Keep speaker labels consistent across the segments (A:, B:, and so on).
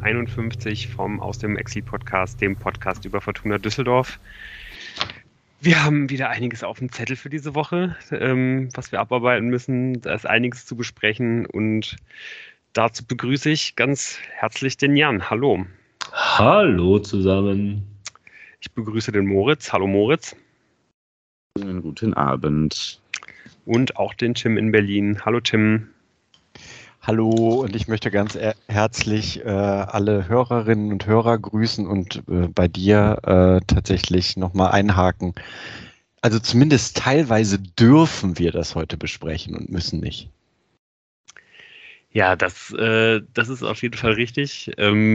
A: 51 aus dem Exil-Podcast, dem Podcast über Fortuna Düsseldorf. Wir haben wieder einiges auf dem Zettel für diese Woche, was wir abarbeiten müssen. Da ist einiges zu besprechen und dazu begrüße ich ganz herzlich den Jan. Hallo.
B: Hallo zusammen.
A: Ich begrüße den Moritz. Hallo Moritz.
C: Einen guten Abend.
A: Und auch den Tim in Berlin. Hallo Tim.
D: Hallo, und ich möchte ganz herzlich alle Hörerinnen und Hörer grüßen und bei dir tatsächlich nochmal einhaken. Also zumindest teilweise dürfen wir das heute besprechen und müssen nicht.
A: Ja, das ist auf jeden Fall richtig.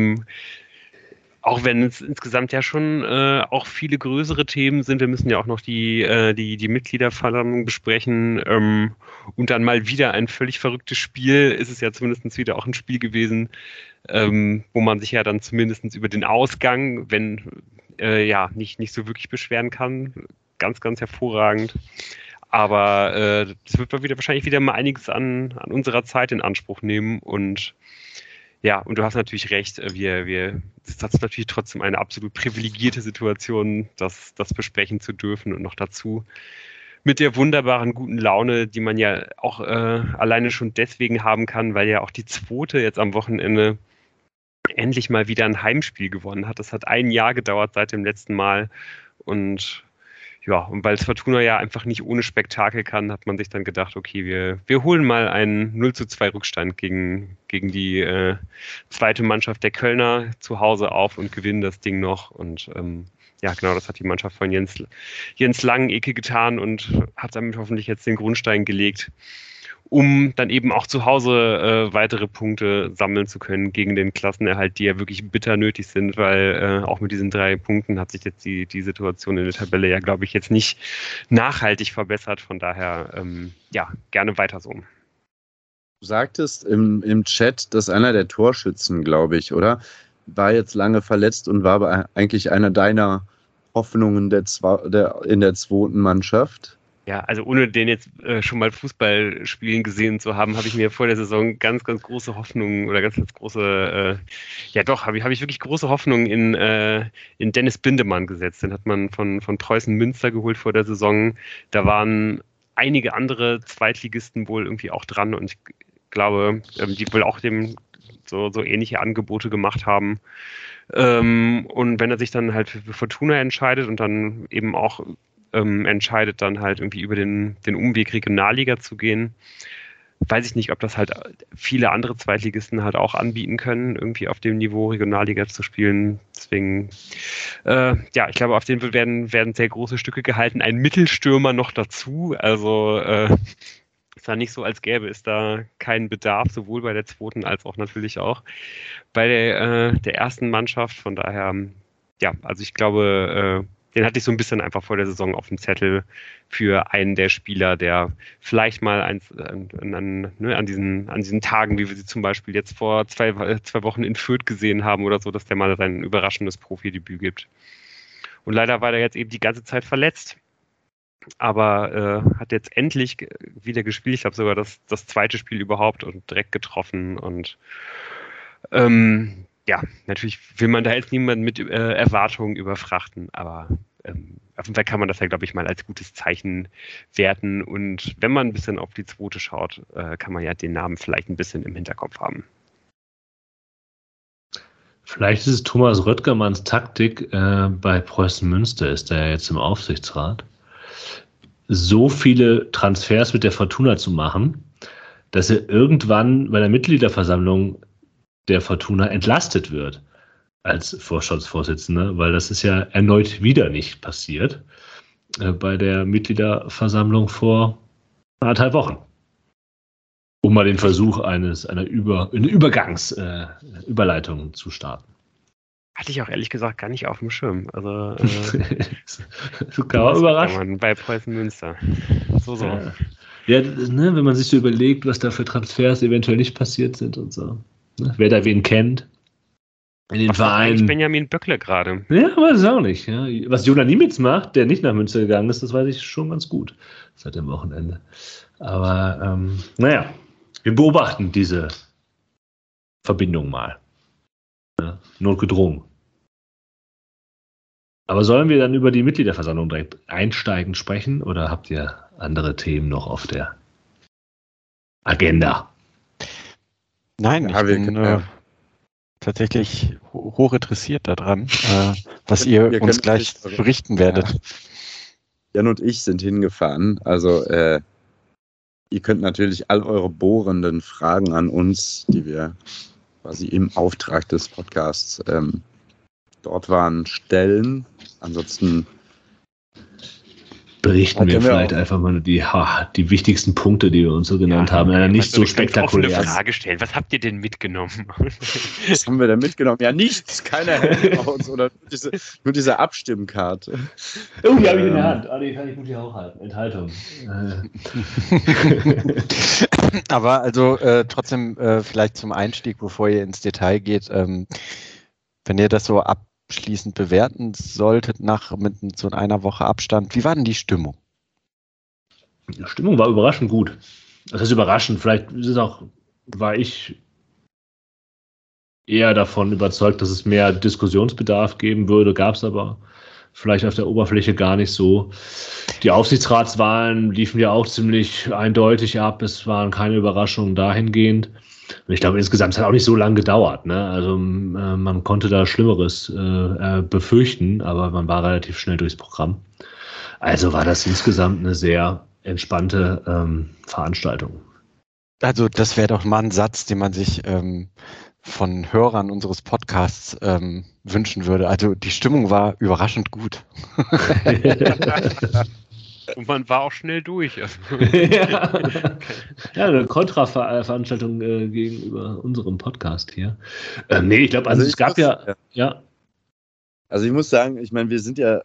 A: Auch wenn es insgesamt ja schon auch viele größere Themen sind. Wir müssen ja auch noch die Mitgliederversammlung besprechen und dann mal wieder ein völlig verrücktes Spiel. Ist es ja zumindest wieder auch ein Spiel gewesen, wo man sich ja dann zumindest über den Ausgang, wenn nicht so wirklich beschweren kann. Ganz, ganz hervorragend. Aber das wird wahrscheinlich wieder mal einiges an unserer Zeit in Anspruch nehmen und ja, und du hast natürlich recht, das ist natürlich trotzdem eine absolut privilegierte Situation, das besprechen zu dürfen und noch dazu mit der wunderbaren guten Laune, die man ja auch alleine schon deswegen haben kann, weil ja auch die Zweite jetzt am Wochenende endlich mal wieder ein Heimspiel gewonnen hat. Das hat ein Jahr gedauert seit dem letzten Mal und ja, und weil es Fortuna ja einfach nicht ohne Spektakel kann, hat man sich dann gedacht, okay, wir holen mal einen 0:2 Rückstand gegen die zweite Mannschaft der Kölner zu Hause auf und gewinnen das Ding noch. Und ja, genau, das hat die Mannschaft von Jens Langenecke getan und hat damit hoffentlich jetzt den Grundstein gelegt, um dann eben auch zu Hause weitere Punkte sammeln zu können gegen den Klassenerhalt, die ja wirklich bitter nötig sind, weil auch mit diesen 3 Punkten hat sich jetzt die Situation in der Tabelle ja, glaube ich, jetzt nicht nachhaltig verbessert. Von daher, ja, gerne weiter so.
C: Du sagtest im Chat, dass einer der Torschützen, glaube ich, oder? War jetzt lange verletzt und war aber eigentlich einer deiner Hoffnungen in der zweiten Mannschaft.
A: Ja, also ohne den jetzt schon mal Fußball spielen gesehen zu haben, habe ich mir vor der Saison ganz, ganz große Hoffnungen oder ganz, ganz große, habe ich wirklich große Hoffnungen in Dennis Bindemann gesetzt. Den hat man von Preußen Münster geholt vor der Saison. Da waren einige andere Zweitligisten wohl irgendwie auch dran und ich glaube, die wohl auch dem so ähnliche Angebote gemacht haben. Und wenn er sich dann halt für Fortuna entscheidet und dann eben auch entscheidet, dann halt irgendwie über den Umweg Regionalliga zu gehen. Weiß ich nicht, ob das halt viele andere Zweitligisten halt auch anbieten können, irgendwie auf dem Niveau Regionalliga zu spielen. Deswegen, ich glaube, auf den werden sehr große Stücke gehalten. Ein Mittelstürmer noch dazu. Also ist da nicht so, als gäbe es da keinen Bedarf, sowohl bei der zweiten als auch natürlich auch bei der ersten Mannschaft. Von daher, ja, also ich glaube, den hatte ich so ein bisschen einfach vor der Saison auf dem Zettel für einen der Spieler, der vielleicht mal an diesen Tagen, wie wir sie zum Beispiel jetzt vor zwei Wochen in Fürth gesehen haben oder so, dass der mal sein überraschendes Profidebüt gibt. Und leider war der jetzt eben die ganze Zeit verletzt, aber hat jetzt endlich wieder gespielt. Ich glaube sogar das zweite Spiel überhaupt und direkt getroffen und ja, natürlich will man da jetzt niemanden mit Erwartungen überfrachten, aber auf jeden Fall kann man das ja, glaube ich, mal als gutes Zeichen werten. Und wenn man ein bisschen auf die zweite schaut, kann man ja den Namen vielleicht ein bisschen im Hinterkopf haben.
B: Vielleicht ist es Thomas Röttgermanns Taktik bei Preußen Münster, ist er ja jetzt im Aufsichtsrat, so viele Transfers mit der Fortuna zu machen, dass er irgendwann bei der Mitgliederversammlung der Fortuna entlastet wird als Vorstandsvorsitzender, weil das ist ja erneut wieder nicht passiert bei der Mitgliederversammlung vor 1,5 Wochen. Um mal den Versuch einer Überleitung zu starten.
A: Hatte ich auch ehrlich gesagt gar nicht auf dem Schirm. Also
B: kann man überrascht.
A: Bei Preußen Münster. So.
B: Ja, ne, wenn man sich so überlegt, was da für Transfers eventuell nicht passiert sind und so. Ne? Wer da wen kennt. In den Vereinen.
A: Eigentlich Benjamin Böckle gerade.
B: Ja, weiß ich auch nicht. Ja. Was Jonas Niemitz macht, der nicht nach Münster gegangen ist, das weiß ich schon ganz gut seit dem Wochenende. Aber wir beobachten diese Verbindung mal. notgedrungen. Aber sollen wir dann über die Mitgliederversammlung direkt einsteigend sprechen oder habt ihr andere Themen noch auf der Agenda?
D: Nein, ich bin tatsächlich hoch interessiert daran, was ihr uns gleich berichten werdet.
C: Jan und ich sind hingefahren. Also ihr könnt natürlich all eure bohrenden Fragen an uns, die wir quasi im Auftrag des Podcasts dort waren, stellen. Ansonsten
B: berichten wir vielleicht einfach mal die wichtigsten Punkte, die wir uns so genannt haben. Nicht so spektakulär.
A: Eine Frage stellen. Was habt ihr denn mitgenommen?
C: Was haben wir denn mitgenommen? Ja, nichts. Keine Handouts oder nur diese Abstimmkarte.
B: Oh, die habe ich in der Hand. Die kann ich gut hier auch halten. Enthaltung.
D: Aber also trotzdem vielleicht zum Einstieg, bevor ihr ins Detail geht, wenn ihr das so abschließend bewerten solltet mit so einer Woche Abstand, wie war denn die Stimmung?
B: Die Stimmung war überraschend gut. Das heißt überraschend. Vielleicht war ich eher davon überzeugt, dass es mehr Diskussionsbedarf geben würde, gab es aber vielleicht auf der Oberfläche gar nicht so. Die Aufsichtsratswahlen liefen ja auch ziemlich eindeutig ab. Es waren keine Überraschungen dahingehend. Und ich glaube, insgesamt hat es auch nicht so lange gedauert. Ne? Also man konnte da Schlimmeres befürchten, aber man war relativ schnell durchs Programm. Also war das insgesamt eine sehr entspannte Veranstaltung.
D: Also das wäre doch mal ein Satz, den man sich von Hörern unseres Podcasts wünschen würde. Also die Stimmung war überraschend gut.
A: Und man war auch schnell durch.
B: Ja, eine Kontra-Veranstaltung gegenüber unserem Podcast hier. Ich glaube, es gab ja.
C: Also ich muss sagen, ich meine, wir sind ja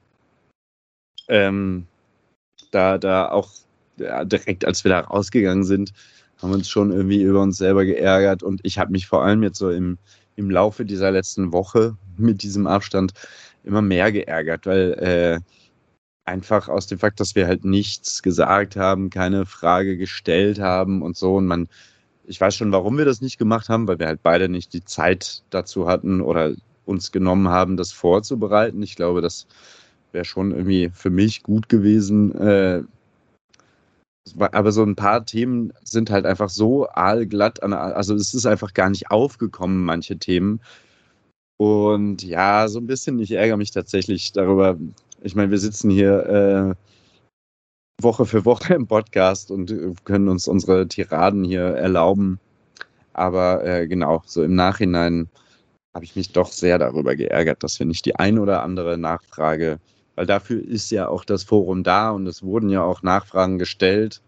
C: da auch direkt, als wir da rausgegangen sind, haben uns schon irgendwie über uns selber geärgert. Und ich habe mich vor allem jetzt so im Laufe dieser letzten Woche mit diesem Abstand immer mehr geärgert, weil einfach aus dem Fakt, dass wir halt nichts gesagt haben, keine Frage gestellt haben und so. Und ich weiß schon, warum wir das nicht gemacht haben, weil wir halt beide nicht die Zeit dazu hatten oder uns genommen haben, das vorzubereiten. Ich glaube, das wäre schon irgendwie für mich gut gewesen. Aber so ein paar Themen sind halt einfach so aalglatt, also es ist einfach gar nicht aufgekommen, manche Themen. Und ja, so ein bisschen, ich ärgere mich tatsächlich darüber. Ich meine, wir sitzen hier Woche für Woche im Podcast und können uns unsere Tiraden hier erlauben. Aber genau, so im Nachhinein habe ich mich doch sehr darüber geärgert, dass wir nicht die ein oder andere Nachfrage, weil dafür ist ja auch das Forum da und es wurden ja auch Nachfragen gestellt,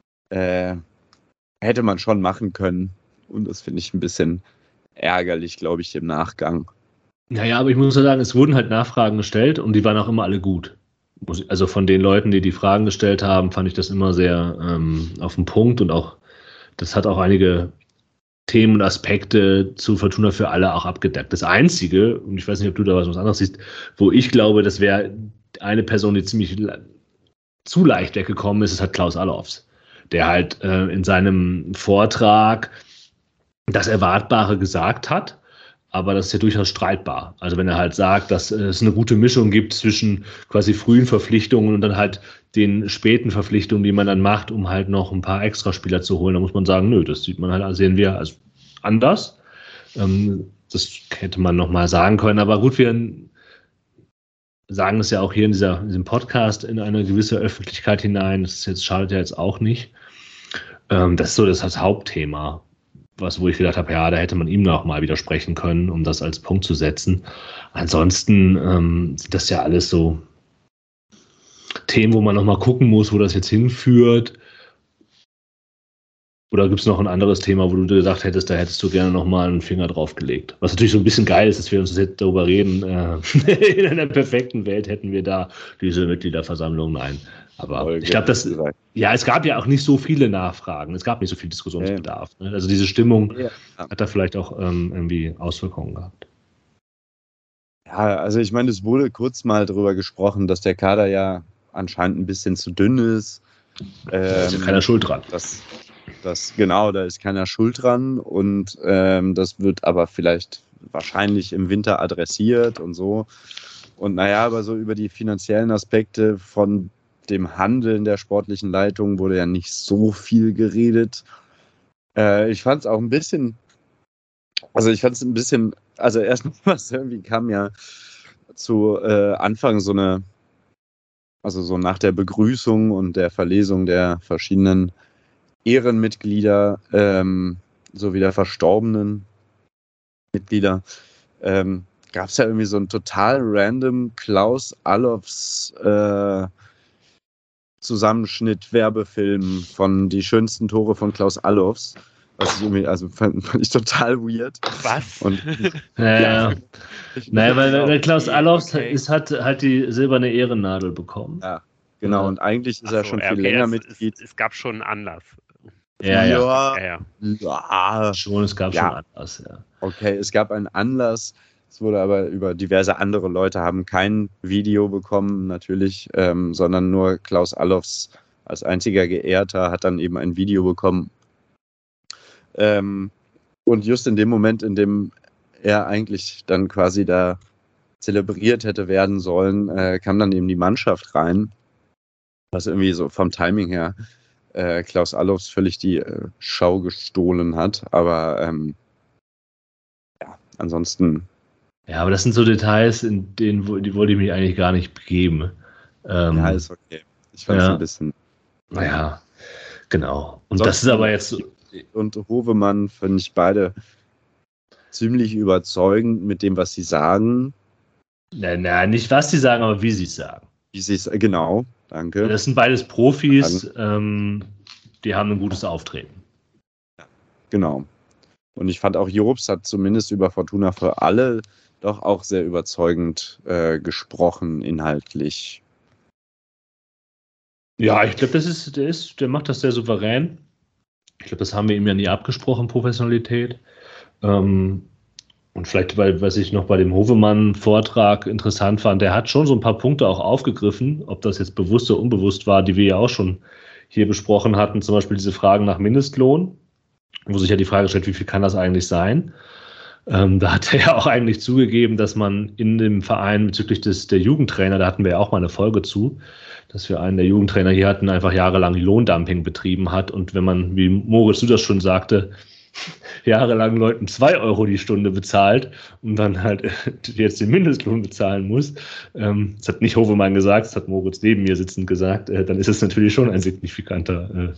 C: hätte man schon machen können. Und das finde ich ein bisschen ärgerlich, glaube ich, im Nachgang.
B: Naja, aber ich muss sagen, es wurden halt Nachfragen gestellt und die waren auch immer alle gut. Also von den Leuten, die Fragen gestellt haben, fand ich das immer sehr auf den Punkt und auch, das hat auch einige Themen und Aspekte zu Fortuna für alle auch abgedeckt. Das Einzige, und ich weiß nicht, ob du da was anderes siehst, wo ich glaube, das wäre eine Person, die ziemlich zu leicht weggekommen ist, halt Klaus Allofs, der halt in seinem Vortrag das Erwartbare gesagt hat. Aber das ist ja durchaus streitbar. Also wenn er halt sagt, dass es eine gute Mischung gibt zwischen quasi frühen Verpflichtungen und dann halt den späten Verpflichtungen, die man dann macht, um halt noch ein paar Extraspieler zu holen, dann muss man sagen, nö, das sehen wir also anders. Das hätte man nochmal sagen können. Aber gut, wir sagen es ja auch hier in diesem Podcast in eine gewisse Öffentlichkeit hinein. Schadet ja jetzt auch nicht. Das ist so das Hauptthema. Wo ich gedacht habe, ja, da hätte man ihm noch mal widersprechen können, um das als Punkt zu setzen. Ansonsten sind das ja alles so Themen, wo man noch mal gucken muss, wo das jetzt hinführt. Oder gibt es noch ein anderes Thema, wo du gesagt hättest, da hättest du gerne noch mal einen Finger drauf gelegt? Was natürlich so ein bisschen geil ist, dass wir uns jetzt darüber reden. In einer perfekten Welt hätten wir da diese Mitgliederversammlung. Nein. Aber ich glaube, es gab ja auch nicht so viele Nachfragen. Es gab nicht so viel Diskussionsbedarf. Ja. Also diese Stimmung hat da vielleicht auch irgendwie Auswirkungen gehabt.
C: Ja, also ich meine, es wurde kurz mal darüber gesprochen, dass der Kader ja anscheinend ein bisschen zu dünn ist.
B: Da ist ja keiner schuld dran.
C: Genau, da ist keiner schuld dran und das wird aber vielleicht wahrscheinlich im Winter adressiert und so. Und naja, aber so über die finanziellen Aspekte von dem Handeln der sportlichen Leitung wurde ja nicht so viel geredet. Ich fand es auch ein bisschen, also erstmal irgendwie kam ja zu Anfang so nach der Begrüßung und der Verlesung der verschiedenen Ehrenmitglieder sowie der verstorbenen Mitglieder, gab es ja irgendwie so einen total random Klaus Allofs Zusammenschnitt Werbefilm von die schönsten Tore von Klaus Allofs. Was ich irgendwie, also fand ich total weird.
A: Was?
C: Und,
B: Naja, weil der Klaus Allofs
A: okay.
B: hat die silberne Ehrennadel bekommen.
C: Ja, genau.
B: Ja.
C: Und eigentlich ist er schon viel
A: okay,
C: länger Mitglied.
A: Es gab schon einen Anlass.
B: Ja.
C: Schon,
B: Es gab schon Anlass, ja.
C: Okay, es gab einen Anlass. Es wurde aber über diverse andere Leute haben kein Video bekommen, natürlich, sondern nur Klaus Allofs als einziger Geehrter hat dann eben ein Video bekommen. Und just in dem Moment, in dem er eigentlich dann quasi da zelebriert hätte werden sollen, kam dann eben die Mannschaft rein, was irgendwie so vom Timing her Klaus Allofs völlig die Schau gestohlen hat. Aber ansonsten.
B: Ja, aber das sind so Details, die wollte ich mich eigentlich gar nicht begeben.
C: Ja, ist okay. Ich fand es ein bisschen.
B: Naja, genau. Und das ist aber jetzt.
C: Und Hovemann finde ich beide ziemlich überzeugend mit dem, was sie sagen.
B: Nicht was sie sagen, aber wie sie es sagen.
C: Genau, danke.
B: Das sind beides Profis, die haben ein gutes Auftreten.
C: Genau. Und ich fand auch Jobs hat zumindest über Fortuna für alle doch auch sehr überzeugend gesprochen, inhaltlich.
B: Ja, ich glaube, der macht das sehr souverän. Ich glaube, das haben wir ihm ja nie abgesprochen, Professionalität. Und vielleicht, was ich noch bei dem Hovemann-Vortrag interessant fand, der hat schon so ein paar Punkte auch aufgegriffen, ob das jetzt bewusst oder unbewusst war, die wir ja auch schon hier besprochen hatten, zum Beispiel diese Fragen nach Mindestlohn, wo sich ja die Frage stellt, wie viel kann das eigentlich sein? Da hat er ja auch eigentlich zugegeben, dass man in dem Verein bezüglich der Jugendtrainer, da hatten wir ja auch mal eine Folge zu, dass wir einen der Jugendtrainer hier hatten, einfach jahrelang Lohndumping betrieben hat. Und wenn man, wie Moritz, du das schon sagte, jahrelang Leuten 2 Euro die Stunde bezahlt und dann halt jetzt den Mindestlohn bezahlen muss, das hat nicht Hovemann gesagt, das hat Moritz neben mir sitzend gesagt, dann ist es natürlich schon ein signifikanter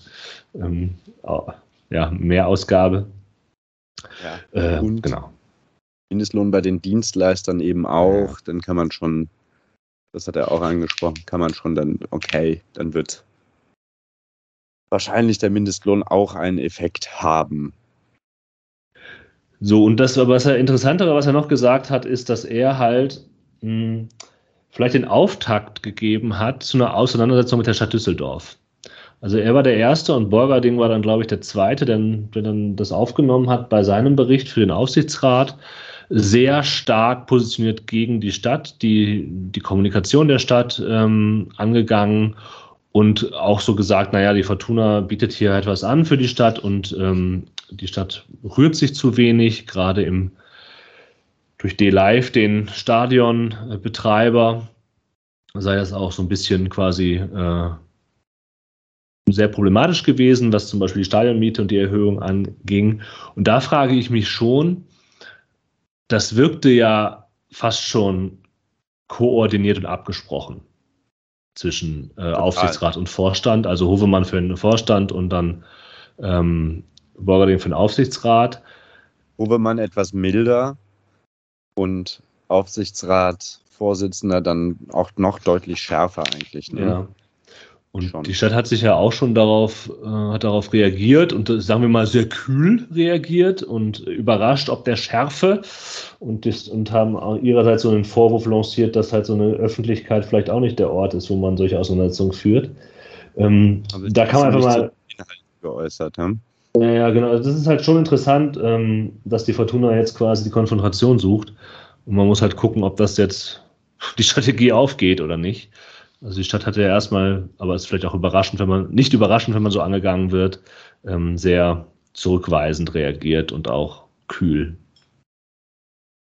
B: Mehrausgabe.
C: Ja, und genau. Mindestlohn bei den Dienstleistern eben auch, dann kann man schon, das hat er auch angesprochen, kann man schon dann, okay, dann wird wahrscheinlich der Mindestlohn auch einen Effekt haben.
B: So, und das, was er interessantere, was er noch gesagt hat, ist, dass er halt vielleicht den Auftakt gegeben hat zu einer Auseinandersetzung mit der Stadt Düsseldorf. Also er war der Erste und Borgerding war dann, glaube ich, der Zweite, der dann das aufgenommen hat bei seinem Bericht für den Aufsichtsrat. Sehr stark positioniert gegen die Stadt, die Kommunikation der Stadt angegangen und auch so gesagt, naja, die Fortuna bietet hier etwas an für die Stadt und die Stadt rührt sich zu wenig, gerade durch D-Live, den Stadionbetreiber, sei das auch so ein bisschen quasi sehr problematisch gewesen, was zum Beispiel die Stadionmiete und die Erhöhung anging. Und da frage ich mich schon, das wirkte ja fast schon koordiniert und abgesprochen zwischen Aufsichtsrat und Vorstand, also Hovemann für den Vorstand und dann Borgerding für den Aufsichtsrat.
C: Hovemann etwas milder und Aufsichtsrat-Vorsitzender dann auch noch deutlich schärfer eigentlich. Ne?
B: Ja. Und die Stadt hat sich ja auch schon darauf reagiert und sagen wir mal sehr kühl reagiert und überrascht ob der Schärfe und haben auch ihrerseits so einen Vorwurf lanciert, dass halt so eine Öffentlichkeit vielleicht auch nicht der Ort ist, wo man solche Auseinandersetzungen führt. Da kann man einfach mal
C: geäußert haben.
B: Ja, genau. Also das ist halt schon interessant, dass die Fortuna jetzt quasi die Konfrontation sucht und man muss halt gucken, ob das jetzt die Strategie aufgeht oder nicht. Also die Stadt hatte ja erstmal, aber es ist vielleicht auch nicht überraschend, wenn man so angegangen wird, sehr zurückweisend reagiert und auch kühl.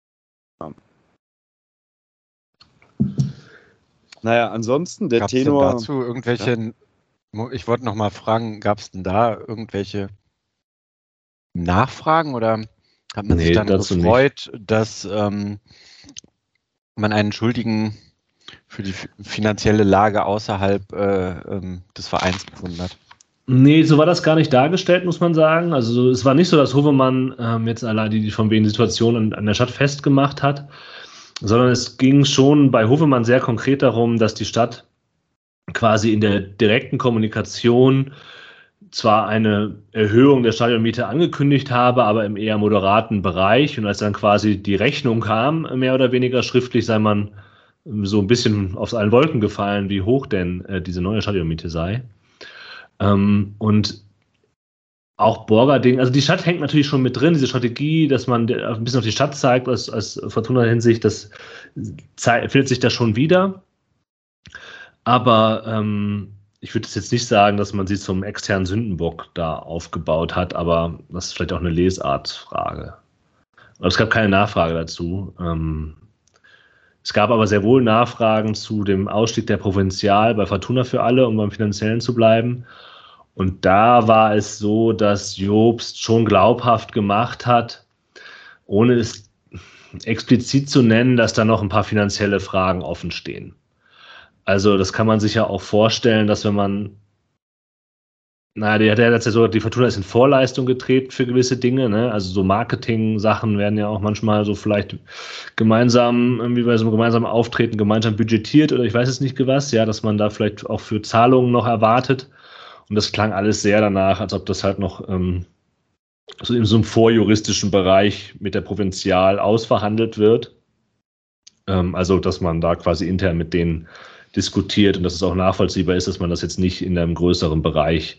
C: Naja, ansonsten der
D: Gab's
C: Tenor.
D: denn dazu irgendwelche, ich wollte noch mal fragen, gab es denn da irgendwelche Nachfragen oder hat man sich dann gefreut, dass man einen Schuldigen für die finanzielle Lage außerhalb des Vereins gefunden hat?
B: Nee, so war das gar nicht dargestellt, muss man sagen. Also es war nicht so, dass Hovemann jetzt allein die von wegen Situation an der Stadt festgemacht hat, sondern es ging schon bei Hovemann sehr konkret darum, dass die Stadt quasi in der direkten Kommunikation zwar eine Erhöhung der Stadionmiete angekündigt habe, aber im eher moderaten Bereich. Und als dann quasi die Rechnung kam, mehr oder weniger schriftlich, sei man so ein bisschen aus allen Wolken gefallen, wie hoch denn diese neue Stadionmiete sei. Und auch Borgerding, also die Stadt hängt natürlich schon mit drin, diese Strategie, dass man ein bisschen auf die Stadt zeigt, als Fortuna-Hinsicht, das findet sich da schon wieder. Aber ich würde jetzt nicht sagen, dass man sie zum externen Sündenbock da aufgebaut hat, aber das ist vielleicht auch eine Lesartfrage. Aber es gab keine Nachfrage dazu. Es gab aber sehr wohl Nachfragen zu dem Ausstieg der Provinzial bei Fortuna für alle, um beim Finanziellen zu bleiben. Und da war es so, dass Jobst schon glaubhaft gemacht hat, ohne es explizit zu nennen, dass da noch ein paar finanzielle Fragen offen stehen. Also das kann man sich ja auch vorstellen, dass wenn man, der hat ja so, die Fortuna ist in Vorleistung getreten für gewisse Dinge, ne? Also so Marketing-Sachen werden ja auch manchmal so vielleicht gemeinsam, irgendwie bei so einem gemeinsamen Auftreten gemeinsam budgetiert oder ich weiß es nicht was, ja, dass man da vielleicht auch für Zahlungen noch erwartet. Und das klang alles sehr danach, als ob das halt noch so in so einem vorjuristischen Bereich mit der Provinzial ausverhandelt wird. Also dass man da quasi intern mit denen diskutiert und dass es auch nachvollziehbar ist, dass man das jetzt nicht in einem größeren Bereich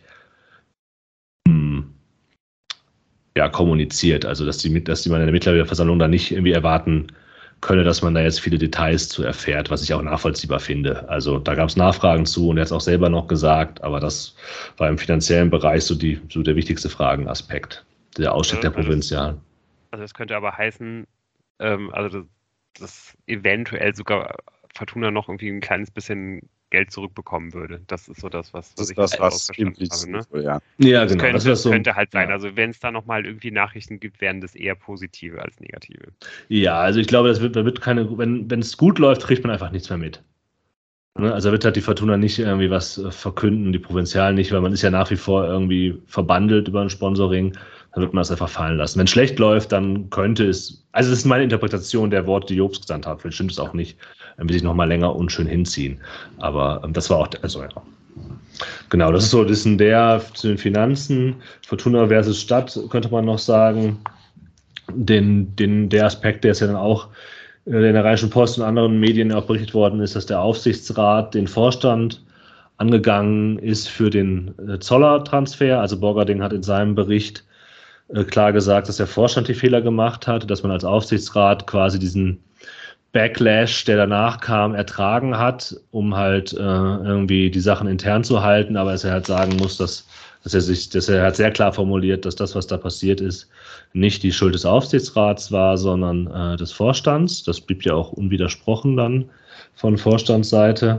B: kommuniziert. Also dass die man in der Mitgliederversammlung da nicht irgendwie erwarten könne, dass man da jetzt viele Details zu erfährt, was ich auch nachvollziehbar finde. Also da gab es Nachfragen zu und er hat es auch selber noch gesagt, aber das war im finanziellen Bereich so der wichtigste Fragenaspekt, der Ausstieg der Provinzialen.
A: Also das könnte aber heißen, dass eventuell sogar Fortuna noch irgendwie ein kleines bisschen Geld zurückbekommen würde. Das ist so das, was ich
C: verstanden habe. Ne?
B: Ja, genau.
A: Das könnte halt sein. Also wenn es da nochmal irgendwie Nachrichten gibt, werden das eher positive als negative.
B: Ja, also ich glaube, wenn es gut läuft, kriegt man einfach nichts mehr mit. Ne? Also wird halt die Fortuna nicht irgendwie was verkünden, die Provinzialen nicht, weil man ist ja nach wie vor irgendwie verbandelt über ein Sponsoring. Dann wird man das einfach fallen lassen. Wenn es schlecht läuft, dann könnte es, also das ist meine Interpretation der Worte, die Jobst gesagt hat. Vielleicht stimmt es auch nicht, dann will ich nochmal länger unschön hinziehen. Aber das war auch, genau, das ist so, das ist zu den Finanzen, Fortuna versus Stadt, könnte man noch sagen. Der Aspekt, der ist ja dann auch in der Rheinischen Post und anderen Medien auch berichtet worden ist, dass der Aufsichtsrat den Vorstand angegangen ist für den Zoller-Transfer. Also Borgerding hat in seinem Bericht klar gesagt, dass der Vorstand die Fehler gemacht hat, dass man als Aufsichtsrat quasi diesen Backlash, der danach kam, ertragen hat, um halt irgendwie die Sachen intern zu halten, aber dass er halt sagen muss, dass er halt sehr klar formuliert, dass das, was da passiert ist, nicht die Schuld des Aufsichtsrats war, sondern des Vorstands. Das blieb ja auch unwidersprochen dann von Vorstandsseite.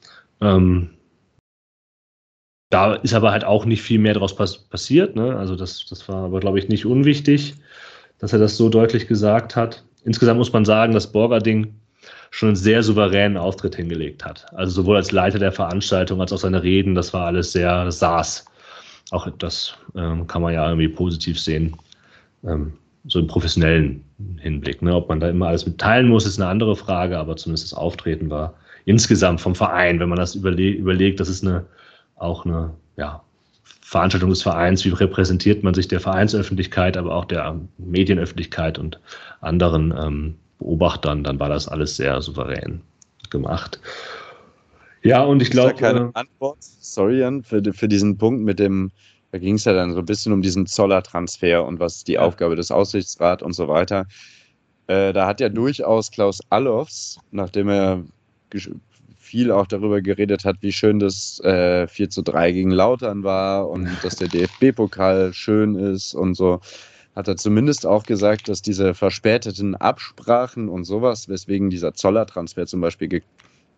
B: Da ist aber halt auch nicht viel mehr daraus passiert. Ne? Also das war aber, glaube ich, nicht unwichtig, dass er das so deutlich gesagt hat. Insgesamt muss man sagen, dass Borgerding schon einen sehr souveränen Auftritt hingelegt hat. Also sowohl als Leiter der Veranstaltung als auch seine Reden, das war alles das saß. Auch das kann man ja irgendwie positiv sehen, so im professionellen Hinblick. Ne? Ob man da immer alles mitteilen muss, ist eine andere Frage, aber zumindest das Auftreten war insgesamt vom Verein, wenn man das überlegt, das ist auch eine Veranstaltung des Vereins, wie repräsentiert man sich der Vereinsöffentlichkeit, aber auch der Medienöffentlichkeit und anderen Beobachtern, dann war das alles sehr souverän gemacht. Ja, und ich glaube...
C: keine Antwort, sorry Jan, für diesen Punkt mit dem, da ging es ja dann so ein bisschen um diesen Zoller-Transfer und was die Aufgabe des Aufsichtsrats und so weiter. Da hat ja durchaus Klaus Allofs, nachdem er viel auch darüber geredet hat, wie schön das 4:3 gegen Lautern war und dass der DFB-Pokal schön ist und so, hat er zumindest auch gesagt, dass diese verspäteten Absprachen und sowas, weswegen dieser Zoller-Transfer zum Beispiel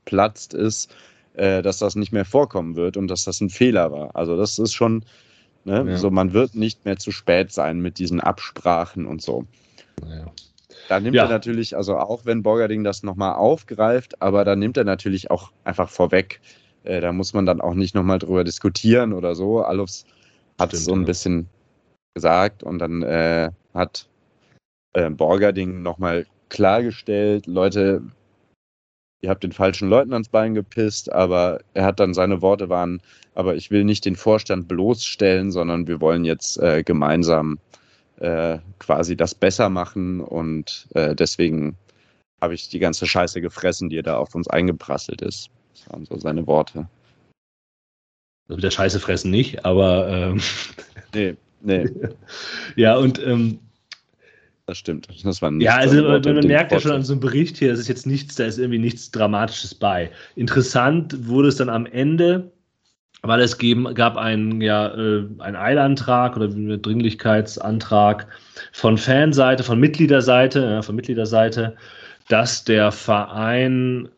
C: geplatzt ist, dass das nicht mehr vorkommen wird und dass das ein Fehler war. Also das ist schon, ne, so, man wird nicht mehr zu spät sein mit diesen Absprachen und so.
B: Ja.
C: Da nimmt er natürlich, also auch wenn Borgerding das nochmal aufgreift, aber da nimmt er natürlich auch einfach vorweg. Da muss man dann auch nicht nochmal drüber diskutieren oder so. Alofs hat es so ein bisschen gesagt und dann hat Borgerding nochmal klargestellt, Leute, ihr habt den falschen Leuten ans Bein gepisst, aber er hat dann, seine Worte waren, aber ich will nicht den Vorstand bloßstellen, sondern wir wollen jetzt gemeinsam quasi das besser machen und deswegen habe ich die ganze Scheiße gefressen, die da auf uns eingeprasselt ist. Das waren so seine Worte.
B: Also mit der Scheiße fressen nicht, aber
C: Nee.
B: Ja, und
C: das stimmt. Das waren nicht
B: ja, also
C: Worte,
B: man merkt ja schon an so einem Bericht hier, das ist jetzt nichts, da ist irgendwie nichts Dramatisches bei. Interessant wurde es dann am Ende, weil es gab einen Eilantrag oder einen Dringlichkeitsantrag von Fanseite, von Mitgliederseite, dass der Verein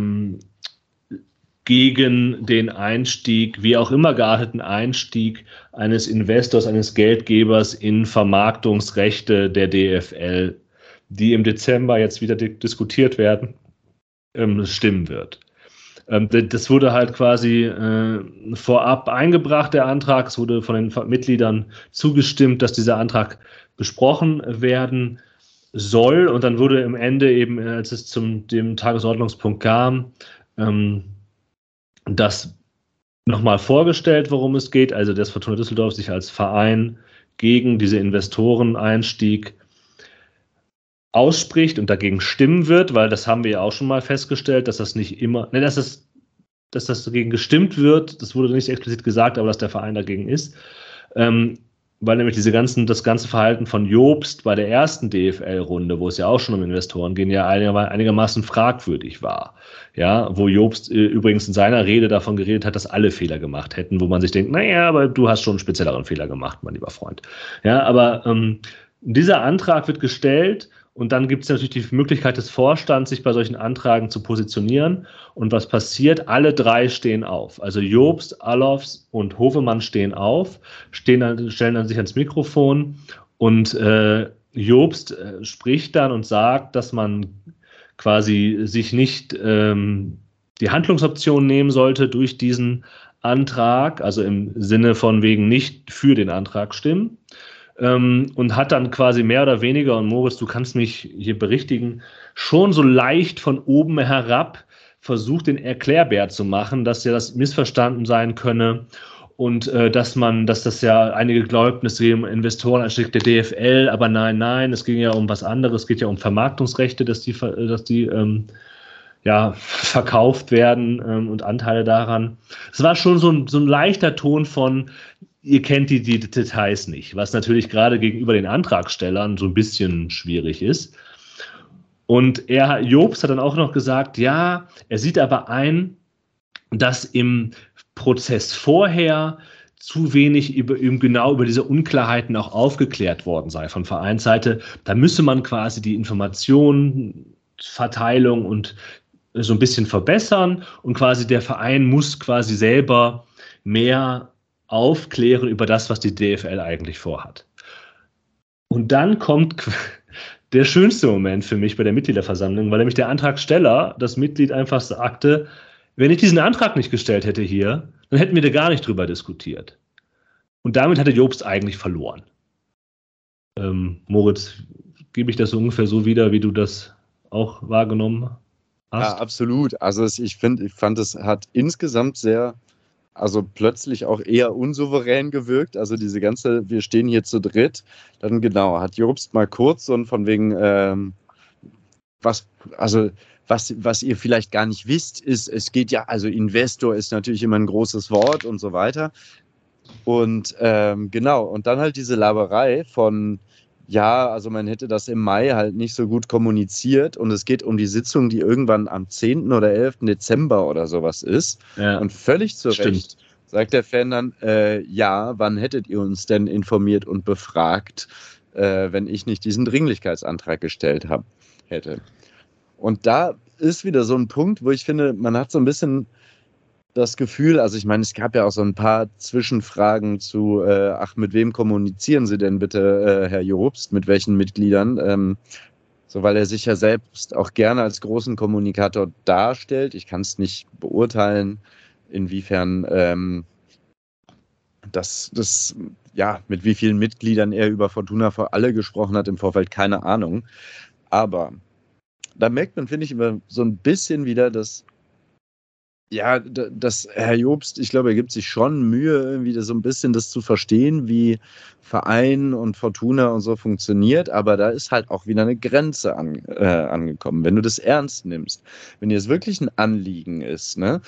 B: gegen den Einstieg, wie auch immer gearteten Einstieg eines Investors, eines Geldgebers in Vermarktungsrechte der DFL, die im Dezember jetzt wieder diskutiert werden, stimmen wird. Das wurde halt quasi vorab eingebracht, der Antrag. Es wurde von den Mitgliedern zugestimmt, dass dieser Antrag besprochen werden soll. Und dann wurde im Ende eben, als es zum dem Tagesordnungspunkt kam, das nochmal vorgestellt, worum es geht. Also, dass Fortuna Düsseldorf sich als Verein gegen diese Investoreneinstieg ausspricht und dagegen stimmen wird, weil das haben wir ja auch schon mal festgestellt, dass das nicht immer, dass das dagegen gestimmt wird, das wurde nicht explizit gesagt, aber dass der Verein dagegen ist, weil nämlich das ganze Verhalten von Jobst bei der ersten DFL-Runde, wo es ja auch schon um Investoren ging, ja einigermaßen fragwürdig war. Ja, wo Jobst übrigens in seiner Rede davon geredet hat, dass alle Fehler gemacht hätten, wo man sich denkt, naja, aber du hast schon einen spezielleren Fehler gemacht, mein lieber Freund. Ja, aber dieser Antrag wird gestellt und dann gibt es natürlich die Möglichkeit des Vorstands, sich bei solchen Anträgen zu positionieren. Und was passiert? Alle drei stehen auf. Also Jobst, Alofs und Hovemann stehen auf, stellen dann sich ans Mikrofon und Jobst spricht dann und sagt, dass man quasi sich nicht die Handlungsoption nehmen sollte durch diesen Antrag, also im Sinne von wegen nicht für den Antrag stimmen. Und hat dann quasi mehr oder weniger, und Moritz, du kannst mich hier berichtigen, schon so leicht von oben herab versucht, den Erklärbär zu machen, dass ja das missverstanden sein könne und dass das ja einige glaubten, es gehe um Investoreneinstieg der DFL, aber nein, es ging ja um was anderes, es geht ja um Vermarktungsrechte, dass die verkauft werden und Anteile daran. Es war schon so ein leichter Ton von, ihr kennt die Details nicht, was natürlich gerade gegenüber den Antragstellern so ein bisschen schwierig ist. Und Jobst hat dann auch noch gesagt, ja, er sieht aber ein, dass im Prozess vorher zu wenig über diese Unklarheiten auch aufgeklärt worden sei von Vereinsseite. Da müsse man quasi die Informationsverteilung und so ein bisschen verbessern und quasi der Verein muss quasi selber mehr aufklären über das, was die DFL eigentlich vorhat. Und dann kommt der schönste Moment für mich bei der Mitgliederversammlung, weil nämlich der Antragsteller, das Mitglied, einfach sagte, wenn ich diesen Antrag nicht gestellt hätte hier, dann hätten wir da gar nicht drüber diskutiert. Und damit hatte Jobst eigentlich verloren. Moritz, gebe ich das so ungefähr so wieder, wie du das auch wahrgenommen hast?
C: Ja, absolut. Also ich fand, es hat insgesamt plötzlich auch eher unsouverän gewirkt. Also diese ganze, wir stehen hier zu dritt, dann genau, hat Jobst mal kurz so von wegen, was ihr vielleicht gar nicht wisst, ist, es geht ja, also Investor ist natürlich immer ein großes Wort und so weiter. Und genau, und dann halt diese Laberei von, ja, also man hätte das im Mai halt nicht so gut kommuniziert und es geht um die Sitzung, die irgendwann am 10. oder 11. Dezember oder sowas ist. Ja, und völlig zu Recht sagt der Fan dann, ja, wann hättet ihr uns denn informiert und befragt, wenn ich nicht diesen Dringlichkeitsantrag gestellt hätte. Und da ist wieder so ein Punkt, wo ich finde, man hat so ein bisschen das Gefühl, also ich meine, es gab ja auch so ein paar Zwischenfragen zu, mit wem kommunizieren Sie denn bitte, Herr Jobst, mit welchen Mitgliedern? So, weil er sich ja selbst auch gerne als großen Kommunikator darstellt. Ich kann es nicht beurteilen, inwiefern mit wie vielen Mitgliedern er über Fortuna für alle gesprochen hat im Vorfeld, keine Ahnung. Aber da merkt man, finde ich, immer so ein bisschen wieder, dass Herr Jobst, ich glaube, er gibt sich schon Mühe, irgendwie so ein bisschen das zu verstehen, wie Verein und Fortuna und so funktioniert, aber da ist halt auch wieder eine Grenze angekommen. Wenn du das ernst nimmst, wenn dir es wirklich ein Anliegen ist, ne,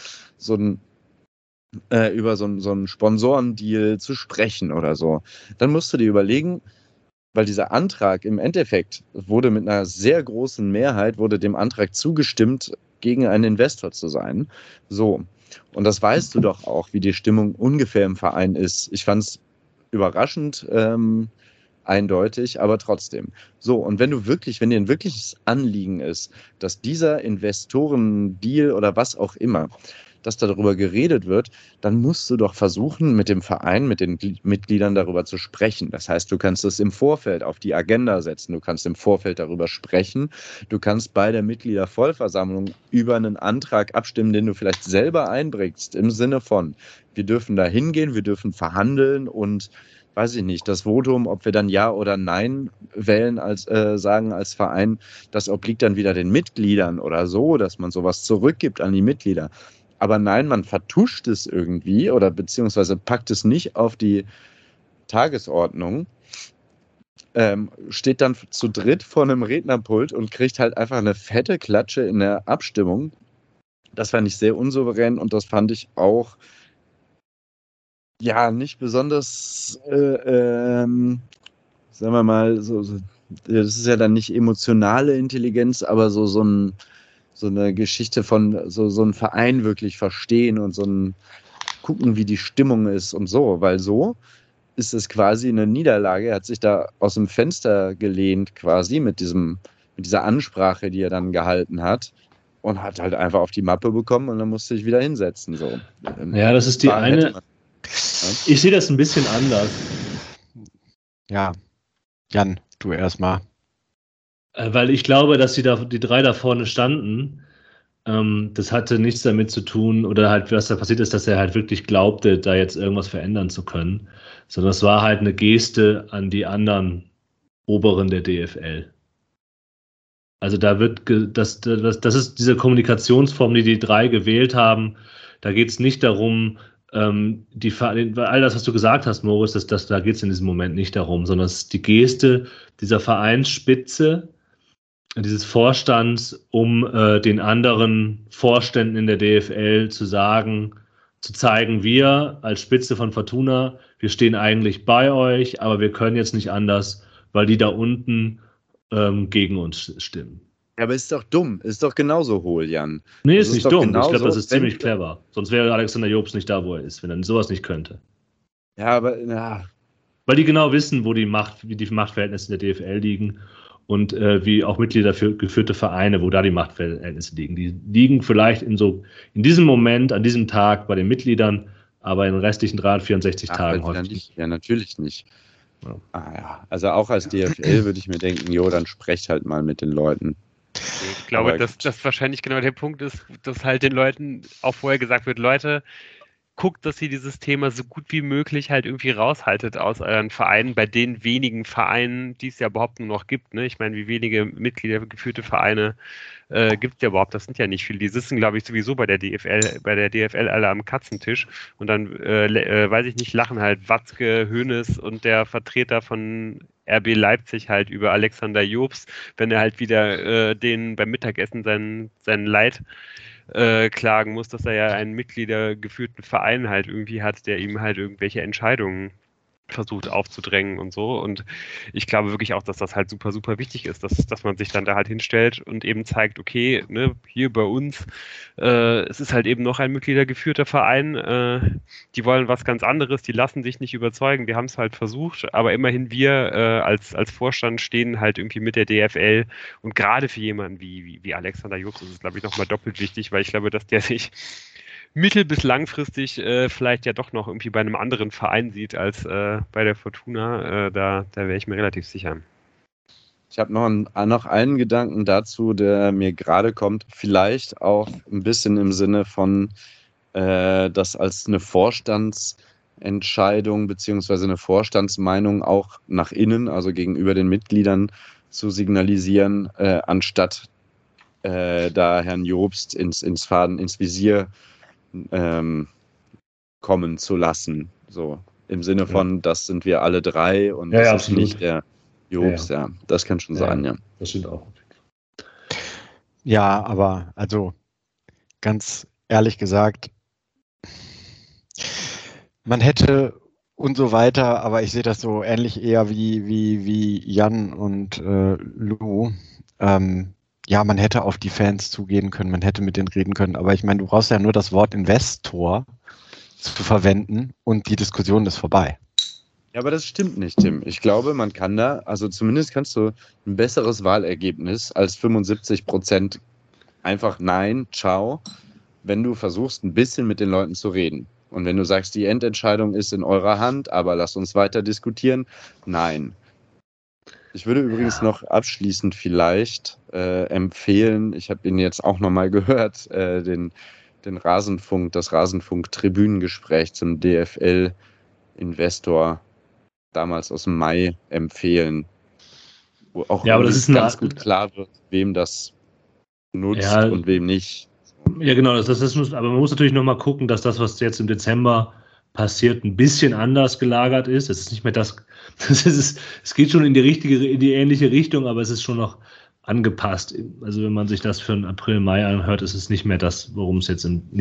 C: über so einen Sponsorendeal zu sprechen oder so, dann musst du dir überlegen, weil dieser Antrag im Endeffekt wurde mit einer sehr großen Mehrheit, wurde dem Antrag zugestimmt, gegen einen Investor zu sein. So. Und das weißt du doch auch, wie die Stimmung ungefähr im Verein ist. Ich fand es überraschend eindeutig, aber trotzdem. So, und wenn dir ein wirkliches Anliegen ist, dass dieser Investorendeal oder was auch immer, dass darüber geredet wird, dann musst du doch versuchen, mit dem Verein, mit den Mitgliedern darüber zu sprechen. Das heißt, du kannst es im Vorfeld auf die Agenda setzen, du kannst im Vorfeld darüber sprechen, du kannst bei der Mitgliedervollversammlung über einen Antrag abstimmen, den du vielleicht selber einbringst, im Sinne von, wir dürfen da hingehen, wir dürfen verhandeln und weiß ich nicht, das Votum, ob wir dann Ja oder Nein wählen, sagen als Verein, das obliegt dann wieder den Mitgliedern oder so, dass man sowas zurückgibt an die Mitglieder. Aber nein, man vertuscht es irgendwie oder beziehungsweise packt es nicht auf die Tagesordnung, steht dann zu dritt vor einem Rednerpult und kriegt halt einfach eine fette Klatsche in der Abstimmung. Das fand ich sehr unsouverän und das fand ich auch nicht besonders, sagen wir mal, das ist ja dann nicht emotionale Intelligenz, aber so eine Geschichte von so einen Verein wirklich verstehen und so ein gucken, wie die Stimmung ist und so, weil so ist es quasi eine Niederlage. Er hat sich da aus dem Fenster gelehnt quasi mit dieser Ansprache, die er dann gehalten hat und hat halt einfach auf die Mappe bekommen und dann musste ich wieder hinsetzen. So.
B: Ja, das ist die eine. Ich sehe das ein bisschen anders.
D: Ja, Jan, du erstmal.
B: Weil ich glaube, dass die drei da vorne standen. Das hatte nichts damit zu tun, oder halt, was da passiert ist, dass er halt wirklich glaubte, da jetzt irgendwas verändern zu können, sondern es war halt eine Geste an die anderen Oberen der DFL. Also da wird, das ist diese Kommunikationsform, die drei gewählt haben. Da geht es nicht darum, all das, was du gesagt hast, Moritz, da geht es in diesem Moment nicht darum, sondern es ist die Geste dieser Vereinsspitze, dieses Vorstands, um den anderen Vorständen in der DFL zu zeigen, wir als Spitze von Fortuna, wir stehen eigentlich bei euch, aber wir können jetzt nicht anders, weil die da unten gegen uns stimmen.
C: Ja, aber ist doch dumm. Ist doch genauso hohl, Jan.
B: Nee, ist nicht dumm. Ich glaube, das ist ziemlich clever. Sonst wäre Alexander Jobst nicht da, wo er ist, wenn er sowas nicht könnte.
C: Ja, aber
B: weil die genau wissen, wie die Machtverhältnisse in der DFL liegen und wie auch Mitglieder geführte Vereine, wo da die Machtverhältnisse liegen. Die liegen vielleicht in diesem Moment, an diesem Tag bei den Mitgliedern, aber in den restlichen 364 Tagen
C: häufig nicht. Ja, natürlich nicht. Ja. Also auch als DFL würde ich mir denken, dann sprecht halt mal mit den Leuten.
A: Ich glaube, dass das wahrscheinlich genau der Punkt ist, dass halt den Leuten auch vorher gesagt wird, Leute, guckt, dass ihr dieses Thema so gut wie möglich halt irgendwie raushaltet aus euren Vereinen, bei den wenigen Vereinen, die es ja überhaupt nur noch gibt. Ne? Ich meine, wie wenige Mitglieder geführte Vereine gibt es ja überhaupt? Das sind ja nicht viele. Die sitzen, glaube ich, sowieso bei der DFL alle am Katzentisch und dann, weiß ich nicht, lachen halt Watzke, Hoeneß und der Vertreter von RB Leipzig halt über Alexander Jobst, wenn er halt wieder denen beim Mittagessen sein Leid klagen muss, dass er ja einen mitgliedergeführten Verein halt irgendwie hat, der ihm halt irgendwelche Entscheidungen versucht aufzudrängen und so. Und ich glaube wirklich auch, dass das halt super, super wichtig ist, dass man sich dann da halt hinstellt und eben zeigt, okay, ne, hier bei uns, es ist halt eben noch ein mitgliedergeführter Verein, die wollen was ganz anderes, die lassen sich nicht überzeugen, wir haben es halt versucht, aber immerhin wir als Vorstand stehen halt irgendwie mit der DFL und gerade für jemanden wie Alexander Jobst ist es, glaube ich, nochmal doppelt wichtig, weil ich glaube, dass der sich mittel- bis langfristig vielleicht ja doch noch irgendwie bei einem anderen Verein sieht als bei der Fortuna. Da wäre ich mir relativ sicher.
C: Ich habe noch einen Gedanken dazu, der mir gerade kommt. Vielleicht auch ein bisschen im Sinne von, das als eine Vorstandsentscheidung beziehungsweise eine Vorstandsmeinung auch nach innen, also gegenüber den Mitgliedern zu signalisieren, anstatt da Herrn Jobst ins Visier kommen zu lassen. So im Sinne von, das sind wir alle drei und das ist nicht der Jobst. Ja, das kann schon sein, ja.
B: Das stimmt auch.
D: Ja, aber also ganz ehrlich gesagt, man hätte und so weiter, aber ich sehe das so ähnlich eher wie Jan und Lou. Ja, man hätte auf die Fans zugehen können, man hätte mit denen reden können, aber ich meine, du brauchst ja nur das Wort Investor zu verwenden und die Diskussion ist vorbei.
C: Ja, aber das stimmt nicht, Tim. Ich glaube, man kann da, also zumindest kannst du ein besseres Wahlergebnis als 75% einfach nein, ciao, wenn du versuchst, ein bisschen mit den Leuten zu reden. Und wenn du sagst, die Endentscheidung ist in eurer Hand, aber lasst uns weiter diskutieren, nein. Ich würde übrigens noch abschließend vielleicht empfehlen, ich habe ihn jetzt auch nochmal gehört, das Rasenfunk-Tribünengespräch zum DFL-Investor damals aus dem Mai empfehlen. Wo auch
B: aber das ist
C: ganz gut klar wird, wem das nutzt und wem nicht.
B: Ja, genau, aber man muss natürlich nochmal gucken, dass das, was jetzt im Dezember passiert, ein bisschen anders gelagert ist. Es ist nicht mehr es geht schon in die ähnliche Richtung, aber es ist schon noch angepasst. Also wenn man sich das für den April, Mai anhört, ist es nicht mehr das, worum es jetzt im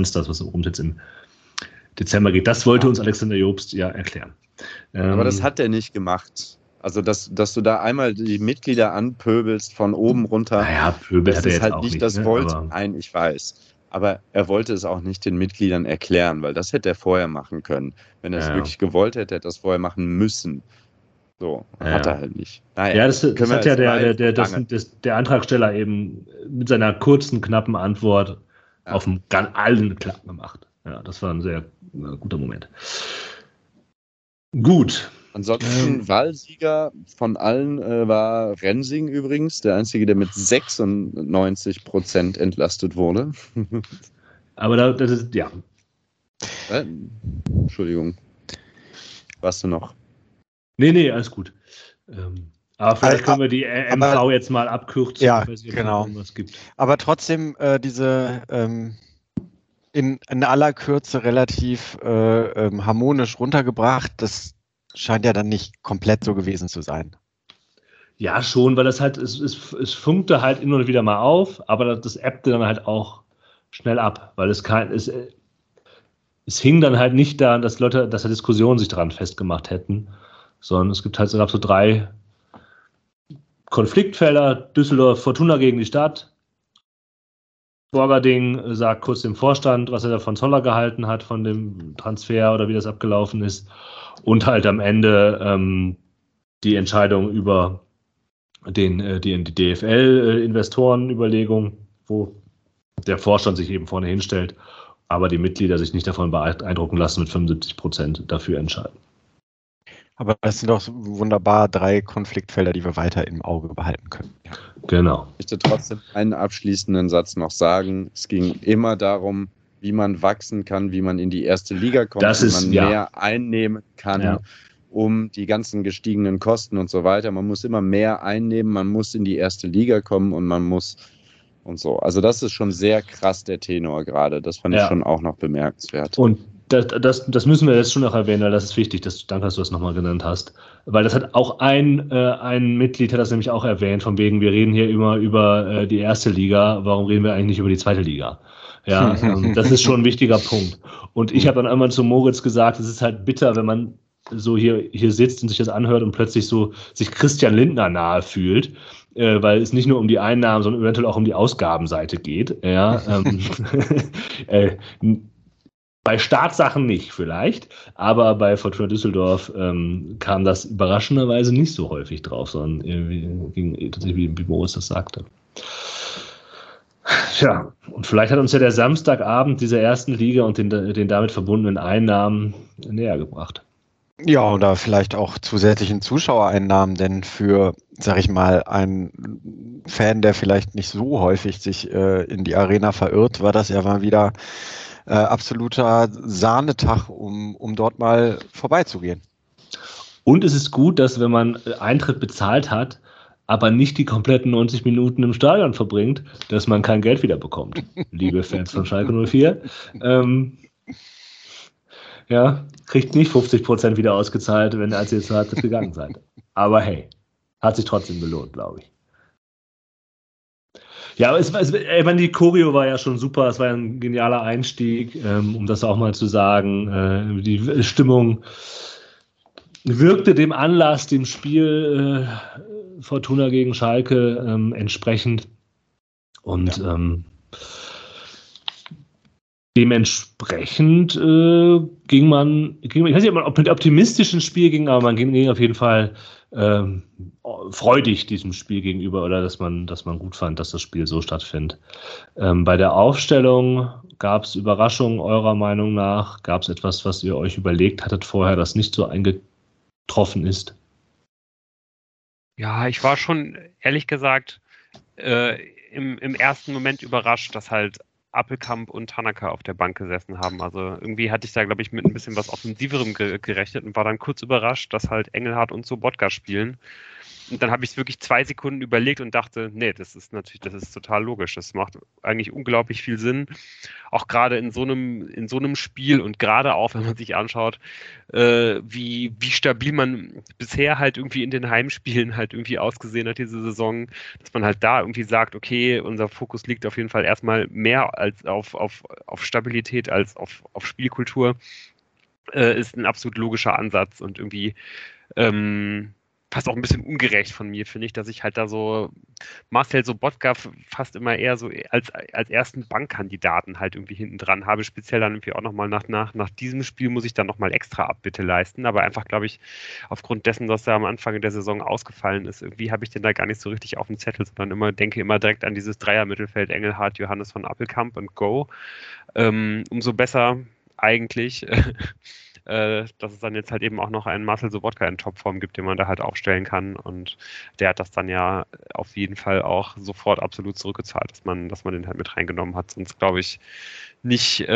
B: Dezember geht. Das wollte uns Alexander Jobst ja erklären.
C: Aber das hat er nicht gemacht. Also, dass du da einmal die Mitglieder anpöbelst von oben runter.
B: Naja, Pöbel
C: das
B: hat er
C: ist
B: jetzt
C: halt
B: auch
C: nicht das
B: ne?
C: wollte. Nein, ich weiß. Aber er wollte es auch nicht den Mitgliedern erklären, weil das hätte er vorher machen können. Wenn er es wirklich gewollt hätte, hätte er es vorher machen müssen. So, hat er halt nicht.
B: Naja, das hat ja der Antragsteller eben mit seiner kurzen, knappen Antwort auf allen klar gemacht. Ja, das war ein sehr guter Moment. Gut.
C: Ansonsten Wahlsieger von allen war Rensing übrigens, der Einzige, der mit 96% entlastet wurde.
B: Aber das ist, ja.
C: Entschuldigung. Warst du noch?
B: Nee, alles gut. Aber vielleicht können wir die MV jetzt mal abkürzen.
D: Ja,
B: ich weiß nicht,
D: genau.
B: Was gibt.
D: Aber trotzdem diese in aller Kürze relativ harmonisch runtergebracht, das scheint ja dann nicht komplett so gewesen zu sein.
B: Ja, schon, weil das halt, es funkte halt immer und wieder mal auf, aber das ebbte dann halt auch schnell ab, weil es hing dann halt nicht daran, dass Leute, dass der Diskussion sich daran festgemacht hätten, sondern es gab so 3 Konfliktfelder: Düsseldorf, Fortuna gegen die Stadt. Borgerding sagt kurz dem Vorstand, was er da von Zoller gehalten hat, von dem Transfer oder wie das abgelaufen ist. Und halt am Ende die Entscheidung über die DFL-Investorenüberlegung, wo der Vorstand sich eben vorne hinstellt, aber die Mitglieder sich nicht davon beeindrucken lassen, mit 75% dafür entscheiden.
D: Aber das sind doch wunderbar 3 Konfliktfelder, die wir weiter im Auge behalten können.
C: Ja.
B: Genau.
C: Ich möchte trotzdem einen abschließenden Satz noch sagen. Es ging immer darum, wie man wachsen kann, wie man in die erste Liga kommt, wie man mehr einnehmen kann, um die ganzen gestiegenen Kosten und so weiter. Man muss immer mehr einnehmen, man muss in die erste Liga kommen und man muss und so. Also das ist schon sehr krass, der Tenor gerade. Das fand ich schon auch noch bemerkenswert.
B: Und das müssen wir jetzt schon noch erwähnen, weil das ist wichtig. Danke, dass du das nochmal genannt hast. Weil das hat auch ein Mitglied hat das nämlich auch erwähnt, von wegen, wir reden hier immer über die erste Liga, warum reden wir eigentlich nicht über die zweite Liga? Ja, das ist schon ein wichtiger Punkt. Und ich habe dann einmal zu Moritz gesagt, es ist halt bitter, wenn man so hier sitzt und sich das anhört und plötzlich so sich Christian Lindner nahe fühlt, weil es nicht nur um die Einnahmen, sondern eventuell auch um die Ausgabenseite geht. Ja, bei Staatssachen nicht vielleicht, aber bei Fortuna Düsseldorf kam das überraschenderweise nicht so häufig drauf, sondern irgendwie tatsächlich, wie Moritz das sagte. Ja, und vielleicht hat uns ja der Samstagabend dieser ersten Liga und den damit verbundenen Einnahmen näher gebracht.
D: Ja, oder vielleicht auch zusätzlichen Zuschauereinnahmen, denn für, sag ich mal, einen Fan, der vielleicht nicht so häufig sich in die Arena verirrt, war das ja mal wieder absoluter Sahnetag, um dort mal vorbeizugehen.
B: Und es ist gut, dass wenn man Eintritt bezahlt hat, aber nicht die kompletten 90 Minuten im Stadion verbringt, dass man kein Geld wieder bekommt, liebe Fans von Schalke 04. Ja, kriegt nicht 50% wieder ausgezahlt, wenn ihr als ihr zur Halbzeit gegangen seid. Aber hey, hat sich trotzdem gelohnt, glaube ich. Ja, aber ich meine, die Choreo war ja schon super, es war ein genialer Einstieg, um das auch mal zu sagen. Die Stimmung wirkte dem Anlass, dem Spiel Fortuna gegen Schalke entsprechend. Und dementsprechend ging man, ich weiß nicht, ob man mit optimistischen Spiel ging, aber man ging auf jeden Fall freudig diesem Spiel gegenüber oder dass man gut fand, dass das Spiel so stattfindet. Bei der Aufstellung gab es Überraschungen eurer Meinung nach? Gab es etwas, was ihr euch überlegt hattet vorher, das nicht so eingetroffen ist?
A: Ja, ich war schon, ehrlich gesagt, im ersten Moment überrascht, dass halt Appelkamp und Tanaka auf der Bank gesessen haben. Also irgendwie hatte ich da, glaube ich, mit ein bisschen was Offensiverem gerechnet und war dann kurz überrascht, dass halt Engelhardt und Sobotka spielen. Und dann habe ich es wirklich 2 Sekunden überlegt und dachte, nee, das ist total logisch. Das macht eigentlich unglaublich viel Sinn. Auch gerade in so einem Spiel und gerade auch, wenn man sich anschaut, wie stabil man bisher halt irgendwie in den Heimspielen halt irgendwie ausgesehen hat diese Saison, dass man halt da irgendwie sagt, okay, unser Fokus liegt auf jeden Fall erstmal mehr als auf Stabilität als auf Spielkultur, ist ein absolut logischer Ansatz und irgendwie fast auch ein bisschen ungerecht von mir, finde ich, dass ich halt da so Marcel Sobotka fast immer eher so als ersten Bankkandidaten halt irgendwie hinten dran habe, speziell dann irgendwie auch nochmal nach diesem Spiel muss ich dann nochmal extra Abbitte leisten, aber einfach, glaube ich, aufgrund dessen, dass er am Anfang der Saison ausgefallen ist, irgendwie habe ich den da gar nicht so richtig auf dem Zettel, sondern denke immer direkt an dieses Dreier-Mittelfeld Engelhardt, Johannes von Appelkamp und Go. Umso besser eigentlich, dass es dann jetzt halt eben auch noch einen Marcel Sobotka in Topform gibt, den man da halt aufstellen kann und der hat das dann ja auf jeden Fall auch sofort absolut zurückgezahlt, dass man den halt mit reingenommen hat, sonst glaube ich nicht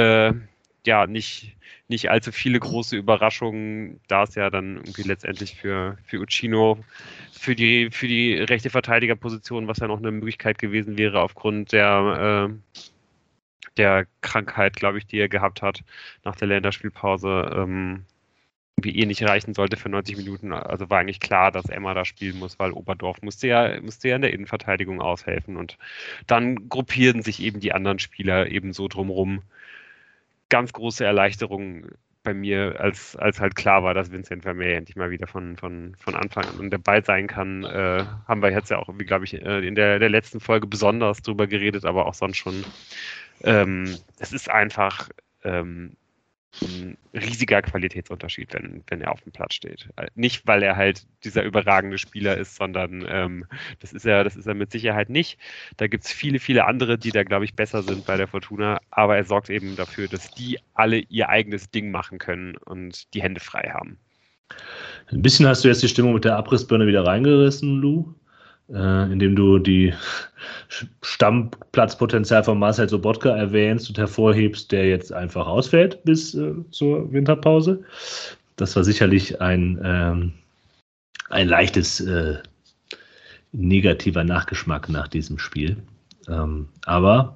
A: allzu viele große Überraschungen, da es ja dann irgendwie letztendlich für Ucino, für die rechte Verteidigerposition, was ja noch eine Möglichkeit gewesen wäre aufgrund der Krankheit, glaube ich, die er gehabt hat nach der Länderspielpause, irgendwie nicht reichen sollte für 90 Minuten. Also war eigentlich klar, dass Emma da spielen muss, weil Oberdorf musste ja in der Innenverteidigung aushelfen und dann gruppierten sich eben die anderen Spieler eben so drumrum. Ganz große Erleichterung bei mir, als halt klar war, dass Vincent Vermeer endlich mal wieder von Anfang an dabei sein kann. Haben wir jetzt ja auch, wie glaube ich, in der letzten Folge besonders drüber geredet, aber auch sonst schon. Es ist einfach ein riesiger Qualitätsunterschied, wenn er auf dem Platz steht. Nicht, weil er halt dieser überragende Spieler ist, sondern das ist er mit Sicherheit nicht. Da gibt es viele, viele andere, die da, glaube ich, besser sind bei der Fortuna, aber er sorgt eben dafür, dass die alle ihr eigenes Ding machen können und die Hände frei haben.
B: Ein bisschen hast du jetzt die Stimmung mit der Abrissbirne wieder reingerissen, Lou, indem du die Stammplatzpotenzial von Marcel Sobotka erwähnst und hervorhebst, der jetzt einfach ausfällt bis zur Winterpause. Das war sicherlich ein leichtes negativer Nachgeschmack nach diesem Spiel. Aber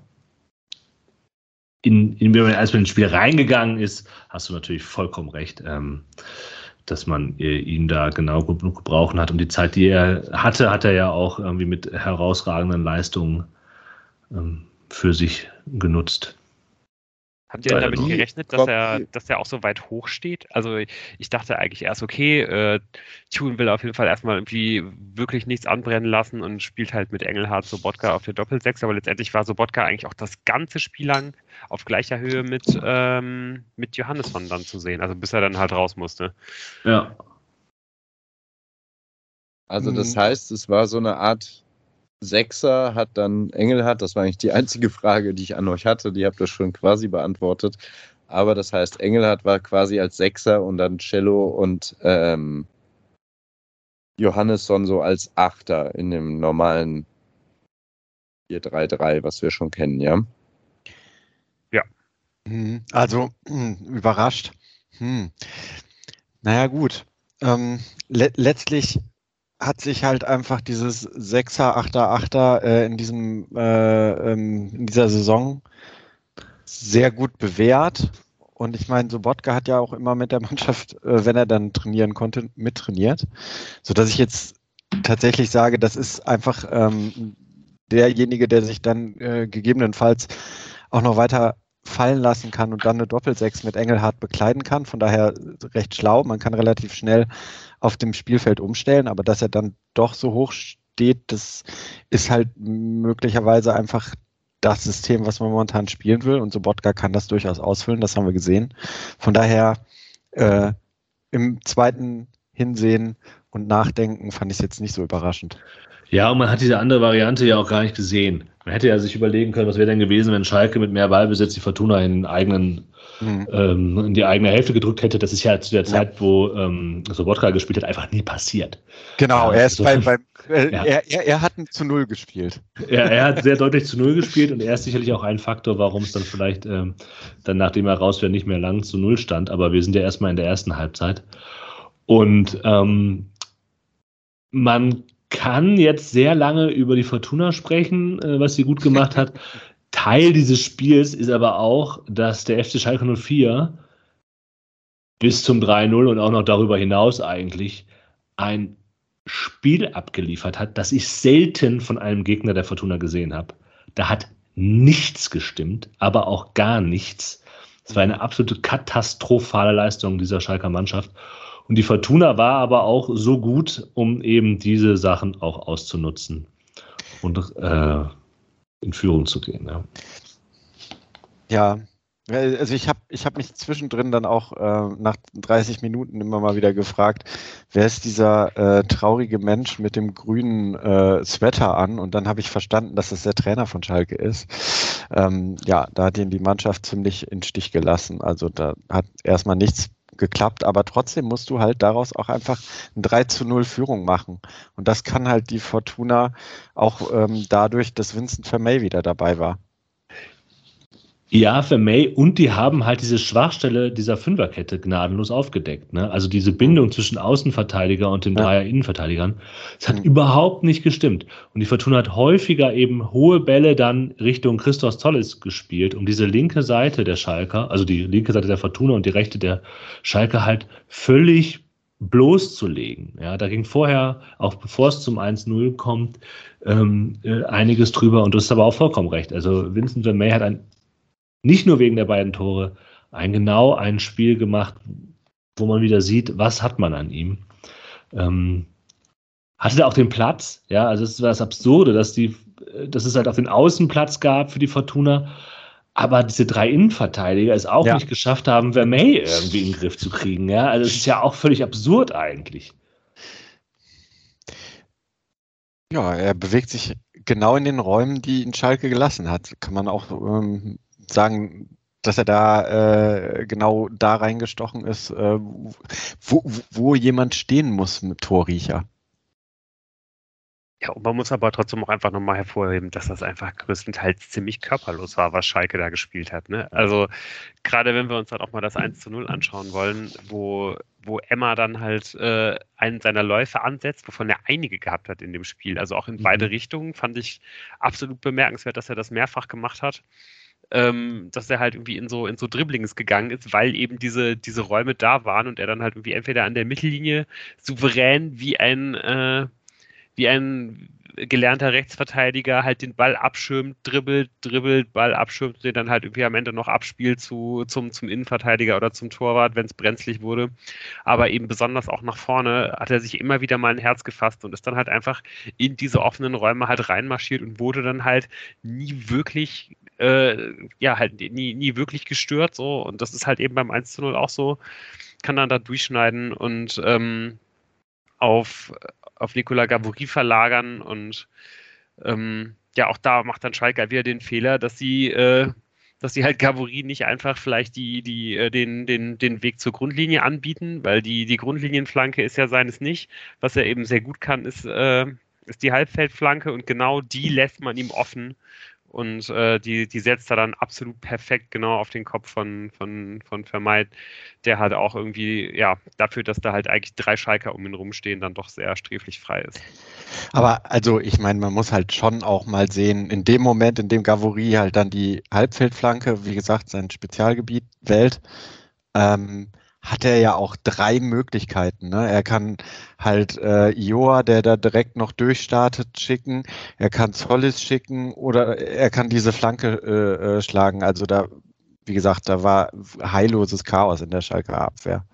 B: als man ins Spiel reingegangen ist, hast du natürlich vollkommen recht, dass man ihn da genau genug gebrauchen hat. Und die Zeit, die er hatte, hat er ja auch irgendwie mit herausragenden Leistungen für sich genutzt.
A: Habt ihr denn damit gerechnet, dass
C: Rob-
A: dass er auch so weit hoch steht? Also ich dachte eigentlich erst, okay, Tune will auf jeden Fall erstmal irgendwie wirklich nichts anbrennen lassen und spielt halt mit Engelhardt Sobotka auf der Doppelsechs, aber letztendlich war Sobotka eigentlich auch das ganze Spiel lang auf gleicher Höhe mit Johannesson dann zu sehen, also bis er dann halt raus musste.
B: Ja.
C: Also das heißt, es war so eine Art Sechser, hat dann Engelhardt, das war eigentlich die einzige Frage, die ich an euch hatte, die habt ihr schon quasi beantwortet. Aber das heißt, Engelhardt war quasi als Sechser und dann Cello und Johannesson so als Achter in dem normalen 4-3-3, was wir schon kennen, ja?
D: Also überrascht. Naja, gut. Letztlich hat sich halt einfach dieses Sechser, Achter, Achter in dieser Saison sehr gut bewährt. Und ich meine, Sobotka hat ja auch immer mit der Mannschaft, wenn er dann trainieren konnte, mittrainiert. Sodass ich jetzt tatsächlich sage, das ist einfach derjenige, der sich dann gegebenenfalls auch noch weiter fallen lassen kann und dann eine Doppelsechs mit Engelhardt bekleiden kann. Von daher recht schlau. Man kann relativ schnell auf dem Spielfeld umstellen, aber dass er dann doch so hoch steht, das ist halt möglicherweise einfach das System, was man momentan spielen will. Und Sobotka kann das durchaus ausfüllen, das haben wir gesehen. Von daher im zweiten Hinsehen und Nachdenken fand ich es jetzt nicht so überraschend.
B: Ja, und man hat diese andere Variante ja auch gar nicht gesehen. Man hätte ja sich überlegen können, was wäre denn gewesen, wenn Schalke mit mehr Ballbesitz die Fortuna in die eigene Hälfte gedrückt hätte. Das ist ja zu der Zeit, wo Sobotka gespielt hat, einfach nie passiert.
D: Genau,
B: Ja,
D: er ist
B: ja.
D: er hat ein zu 0 gespielt.
B: Er hat sehr deutlich zu 0 gespielt und er ist sicherlich auch ein Faktor, warum es dann vielleicht dann, nachdem er raus wäre, nicht mehr lang zu 0 stand. Aber wir sind ja erstmal in der ersten Halbzeit. Und man kann jetzt sehr lange über die Fortuna sprechen, was sie gut gemacht hat. Teil dieses Spiels ist aber auch, dass der FC Schalke 04 bis zum 3-0 und auch noch darüber hinaus eigentlich ein Spiel abgeliefert hat, das ich selten von einem Gegner der Fortuna gesehen habe. Da hat nichts gestimmt, aber auch gar nichts. Es war eine absolute katastrophale Leistung dieser Schalker Mannschaft. Und die Fortuna war aber auch so gut, um eben diese Sachen auch auszunutzen und in Führung zu gehen.
D: Ja, also ich hab mich zwischendrin dann auch nach 30 Minuten immer mal wieder gefragt, wer ist dieser traurige Mensch mit dem grünen Sweater an? Und dann habe ich verstanden, dass es der Trainer von Schalke ist. Ja, da hat ihn die Mannschaft ziemlich in den Stich gelassen. Also da hat erstmal nichts geklappt, aber trotzdem musst du halt daraus auch einfach eine 3-0 Führung machen. Und das kann halt die Fortuna auch dadurch, dass Vincent Vermey wieder dabei war.
B: Ja, Vermey, und die haben halt diese Schwachstelle dieser Fünferkette gnadenlos aufgedeckt. Ne? Also diese Bindung zwischen Außenverteidiger und den Dreier-Innenverteidigern, das hat überhaupt nicht gestimmt. Und die Fortuna hat häufiger eben hohe Bälle dann Richtung Christos Tolles gespielt, um diese linke Seite der Schalker, also die linke Seite der Fortuna und die rechte der Schalker halt völlig bloßzulegen. Ja, da ging vorher, auch bevor es zum 1-0 kommt, einiges drüber, und du hast aber auch vollkommen recht. Also Vincent Vermey hat nicht nur wegen der beiden Tore, ein Spiel gemacht, wo man wieder sieht, was hat man an ihm. Hatte da auch den Platz, ja, also es war das Absurde, dass es halt auch den Außenplatz gab für die Fortuna, aber diese drei Innenverteidiger es auch nicht geschafft haben, Vermey irgendwie in den Griff zu kriegen, ja, also es ist ja auch völlig absurd eigentlich.
D: Ja, er bewegt sich genau in den Räumen, die ihn Schalke gelassen hat. Kann man auch sagen, dass er da genau da reingestochen ist, wo jemand stehen muss mit Torriecher.
A: Ja, und man muss aber trotzdem auch einfach nochmal hervorheben, dass das einfach größtenteils ziemlich körperlos war, was Schalke da gespielt hat. Ne? Also gerade wenn wir uns dann auch mal das 1-0 anschauen wollen, wo Emma dann halt einen seiner Läufe ansetzt, wovon er einige gehabt hat in dem Spiel. Also auch in beide Richtungen fand ich absolut bemerkenswert, dass er das mehrfach gemacht hat. Dass er halt irgendwie in so Dribblings gegangen ist, weil eben diese Räume da waren und er dann halt irgendwie entweder an der Mittellinie souverän wie ein gelernter Rechtsverteidiger halt den Ball abschirmt, dribbelt, Ball abschirmt, den dann halt irgendwie am Ende noch abspielt zum Innenverteidiger oder zum Torwart, wenn es brenzlig wurde. Aber eben besonders auch nach vorne hat er sich immer wieder mal ein Herz gefasst und ist dann halt einfach in diese offenen Räume halt reinmarschiert und wurde dann halt nie wirklich nie wirklich gestört so, und das ist halt eben beim 1:0 auch so, kann dann da durchschneiden und auf Nicolas Gavory verlagern und auch da macht dann Schalke halt wieder den Fehler, dass sie halt Gavory nicht einfach vielleicht den Weg zur Grundlinie anbieten, weil die Grundlinienflanke ist ja seines nicht. Was er eben sehr gut kann, ist die Halbfeldflanke, und genau die lässt man ihm offen. Und die setzt er dann absolut perfekt genau auf den Kopf von Vermeid, der halt auch irgendwie, dafür, dass da halt eigentlich 3 Schalker um ihn rumstehen, dann doch sehr sträflich frei ist.
D: Aber also, ich meine, man muss halt schon auch mal sehen, in dem Moment, in dem Gavory halt dann die Halbfeldflanke, wie gesagt, sein Spezialgebiet wählt, hat er ja auch 3 Möglichkeiten. Ne? Er kann halt Ioa, der da direkt noch durchstartet, schicken. Er kann Zollis schicken oder er kann diese Flanke schlagen. Also da, wie gesagt, da war heilloses Chaos in der Schalker Abwehr.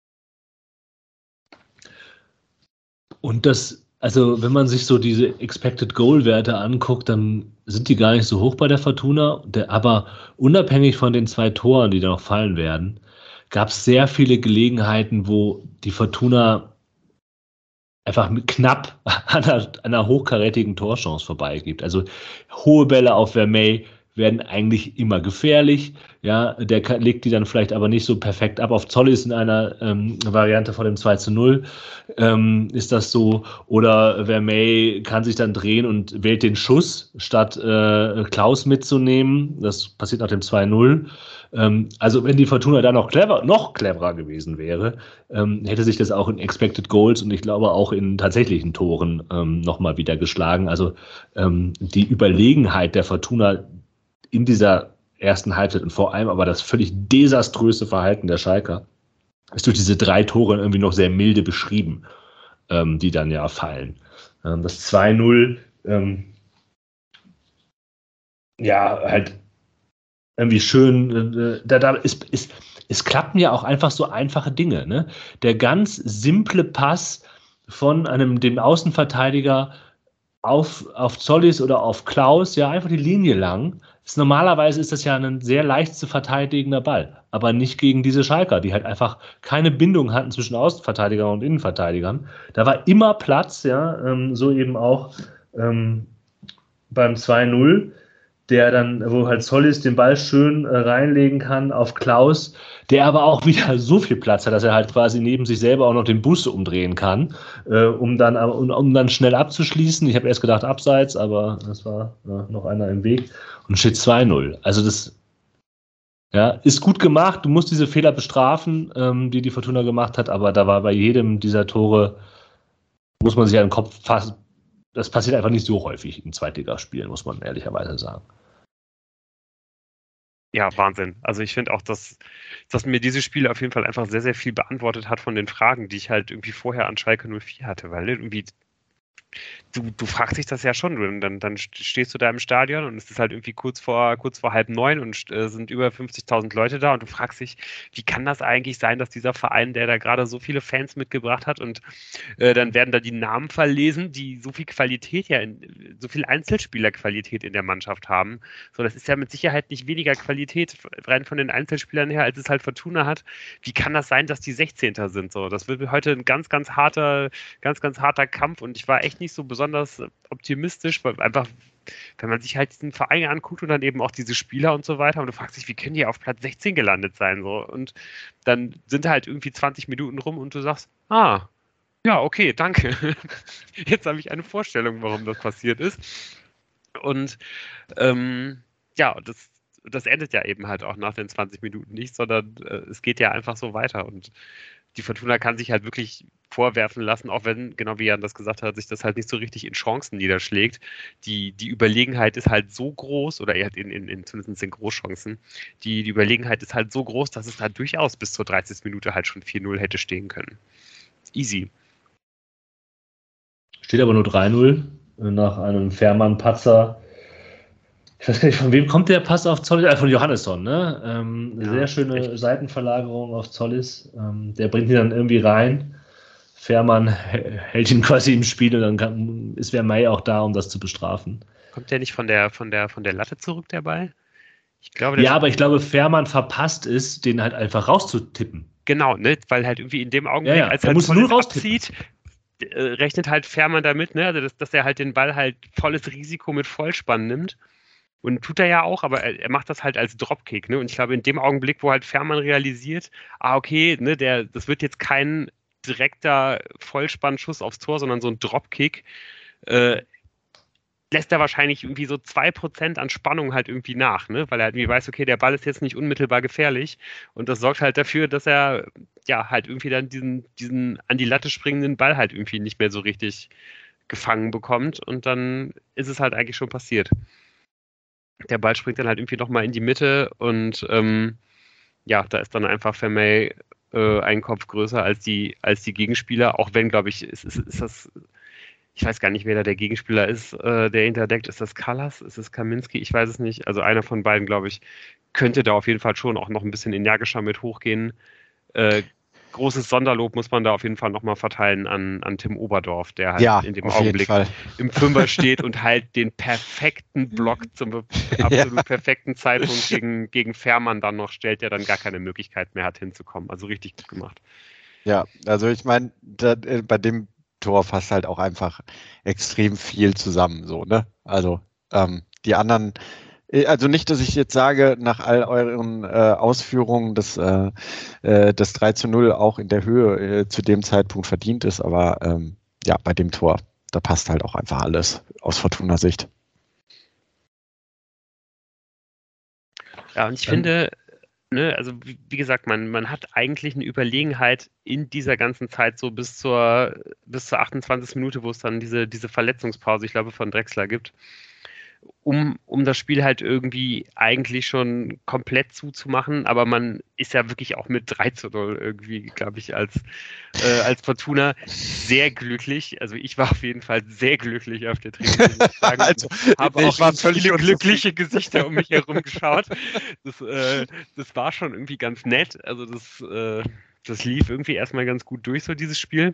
B: Und also wenn man sich so diese Expected Goal-Werte anguckt, dann sind die gar nicht so hoch bei der Fortuna. Aber unabhängig von den 2 Toren, die da noch fallen werden, gab es sehr viele Gelegenheiten, wo die Fortuna einfach knapp an einer hochkarätigen Torchance vorbeigibt. Also hohe Bälle auf Vermeij werden eigentlich immer gefährlich. Ja, der legt die dann vielleicht aber nicht so perfekt ab. Auf Zollis in einer Variante von dem 2:0 ist das so. Oder Vermeij kann sich dann drehen und wählt den Schuss, statt Klaus mitzunehmen. Das passiert nach dem 2:0. Also wenn die Fortuna da noch cleverer gewesen wäre, hätte sich das auch in Expected Goals und ich glaube auch in tatsächlichen Toren nochmal wieder geschlagen. Also die Überlegenheit der Fortuna in dieser ersten Halbzeit und vor allem aber das völlig desaströse Verhalten der Schalker ist durch diese 3 Tore irgendwie noch sehr milde beschrieben, die dann ja fallen. Das 2:0 halt irgendwie schön, es klappen ja auch einfach so einfache Dinge. Ne? Der ganz simple Pass von dem Außenverteidiger auf Zollis oder auf Klaus, ja, einfach die Linie lang. Normalerweise ist das ja ein sehr leicht zu verteidigender Ball, aber nicht gegen diese Schalker, die halt einfach keine Bindung hatten zwischen Außenverteidigern und Innenverteidigern. Da war immer Platz, ja, so eben auch beim 2:0, wo halt Zollis den Ball schön reinlegen kann auf Klaus, der aber auch wieder so viel Platz hat, dass er halt quasi neben sich selber auch noch den Bus umdrehen kann, um dann schnell abzuschließen. Ich habe erst gedacht abseits, aber das war noch einer im Weg und steht 2:0. Also das ist gut gemacht. Du musst diese Fehler bestrafen, die Fortuna gemacht hat, aber da war bei jedem dieser Tore, muss man sich an den Kopf fassen. Das passiert einfach nicht so häufig in Zweitligaspielen, muss man ehrlicherweise sagen.
A: Ja, Wahnsinn. Also ich finde auch, dass mir dieses Spiel auf jeden Fall einfach sehr, sehr viel beantwortet hat von den Fragen, die ich halt irgendwie vorher an Schalke 04 hatte, weil irgendwie du fragst dich das ja schon, dann stehst du da im Stadion und es ist halt irgendwie kurz vor 8:30 und sind über 50.000 Leute da und du fragst dich, wie kann das eigentlich sein, dass dieser Verein, der da gerade so viele Fans mitgebracht hat und dann werden da die Namen verlesen, die so viel Qualität so viel Einzelspielerqualität in der Mannschaft haben. So, das ist ja mit Sicherheit nicht weniger Qualität rein von den Einzelspielern her, als es halt Fortuna hat. Wie kann das sein, dass die 16. sind? So, das wird heute ein ganz, ganz harter Kampf und ich war echt nicht so besonders optimistisch, weil einfach, wenn man sich halt diesen Verein anguckt und dann eben auch diese Spieler und so weiter und du fragst dich, wie können die auf Platz 16 gelandet sein? So, und dann sind halt irgendwie 20 Minuten rum und du sagst, ja, okay, danke. Jetzt habe ich eine Vorstellung, warum das passiert ist. Und das endet ja eben halt auch nach den 20 Minuten nicht, sondern es geht ja einfach so weiter und die Fortuna kann sich halt wirklich vorwerfen lassen, auch wenn, genau wie Jan das gesagt hat, sich das halt nicht so richtig in Chancen niederschlägt. Die Überlegenheit ist halt so groß, oder eher zumindest in Großchancen, die Überlegenheit ist halt so groß, dass es da durchaus bis zur 30. Minute halt schon 4:0 hätte stehen können. Easy.
B: Steht aber nur 3:0. nach einem Fährmann-Patzer. Ich weiß gar nicht, von wem kommt der Pass auf Zollis? Von Johannesson, ne? Sehr schöne
A: richtig.
B: Seitenverlagerung auf Zollis. Der bringt ihn dann irgendwie rein. Fährmann hält ihn quasi im Spiel und dann ist Vermeij auch da, um das zu bestrafen.
A: Kommt der nicht von der Latte zurück, der Ball? Ich glaube,
B: Ja, aber ich glaube, Fährmann verpasst es, den halt einfach rauszutippen.
A: Genau, ne? Weil halt irgendwie in dem Augenblick,
B: Ja,
A: als
B: er
A: halt
B: muss
A: Zollis
B: nur raustippen.
A: abzieht, rechnet halt Fährmann damit, ne? Also dass er halt den Ball halt volles Risiko mit Vollspann nimmt. Und tut er ja auch, aber er macht das halt als Dropkick, ne? Und ich glaube, in dem Augenblick, wo halt Fährmann realisiert, okay, ne, das wird jetzt kein direkter Vollspannschuss aufs Tor, sondern so ein Dropkick, lässt er wahrscheinlich irgendwie so 2% an Spannung halt irgendwie nach, ne? Weil er halt irgendwie weiß, okay, der Ball ist jetzt nicht unmittelbar gefährlich. Und das sorgt halt dafür, dass er ja halt irgendwie dann diesen an die Latte springenden Ball halt irgendwie nicht mehr so richtig gefangen bekommt. Und dann ist es halt eigentlich schon passiert. Der Ball springt dann halt irgendwie nochmal in die Mitte und ja, da ist dann einfach Vermeij einen Kopf größer als die Gegenspieler, auch wenn, glaube ich, ist das, ich weiß gar nicht, wer da der Gegenspieler ist, der hinterdeckt. Ist das Kallas? Ist es Kaminski? Ich weiß es nicht. Also einer von beiden, glaube ich, könnte da auf jeden Fall schon auch noch ein bisschen energischer mit hochgehen. Großes Sonderlob muss man da auf jeden Fall nochmal verteilen an Tim Oberdorf, der halt in dem Augenblick im Fünfer steht und halt den perfekten Block zum absolut perfekten Zeitpunkt gegen Fährmann dann noch stellt, der dann gar keine Möglichkeit mehr hat hinzukommen. Also richtig gut gemacht.
D: Ja, also ich meine, bei dem Tor fasst halt auch einfach extrem viel zusammen, so, ne? Also die anderen, also nicht, dass ich jetzt sage, nach all euren Ausführungen, dass das 3:0 auch in der Höhe zu dem Zeitpunkt verdient ist, aber ja, bei dem Tor, da passt halt auch einfach alles aus Fortuna-Sicht.
A: Ja, und ich finde, ne, also wie gesagt, man hat eigentlich eine Überlegenheit in dieser ganzen Zeit so bis zur 28. Minute, wo es dann diese Verletzungspause, ich glaube, von Drexler gibt, um das Spiel halt irgendwie eigentlich schon komplett zuzumachen, aber man ist ja wirklich auch mit 3:0 irgendwie, glaube ich, als Fortuna sehr glücklich. Also ich war auf jeden Fall sehr glücklich auf der Tribüne, muss ich sagen.
D: Also,
A: habe
D: ich
A: auch
D: war
A: viele
D: völlig
A: glückliche Gesichter um mich herum geschaut. Das war schon irgendwie ganz nett. Also das lief irgendwie erstmal ganz gut durch, so dieses Spiel.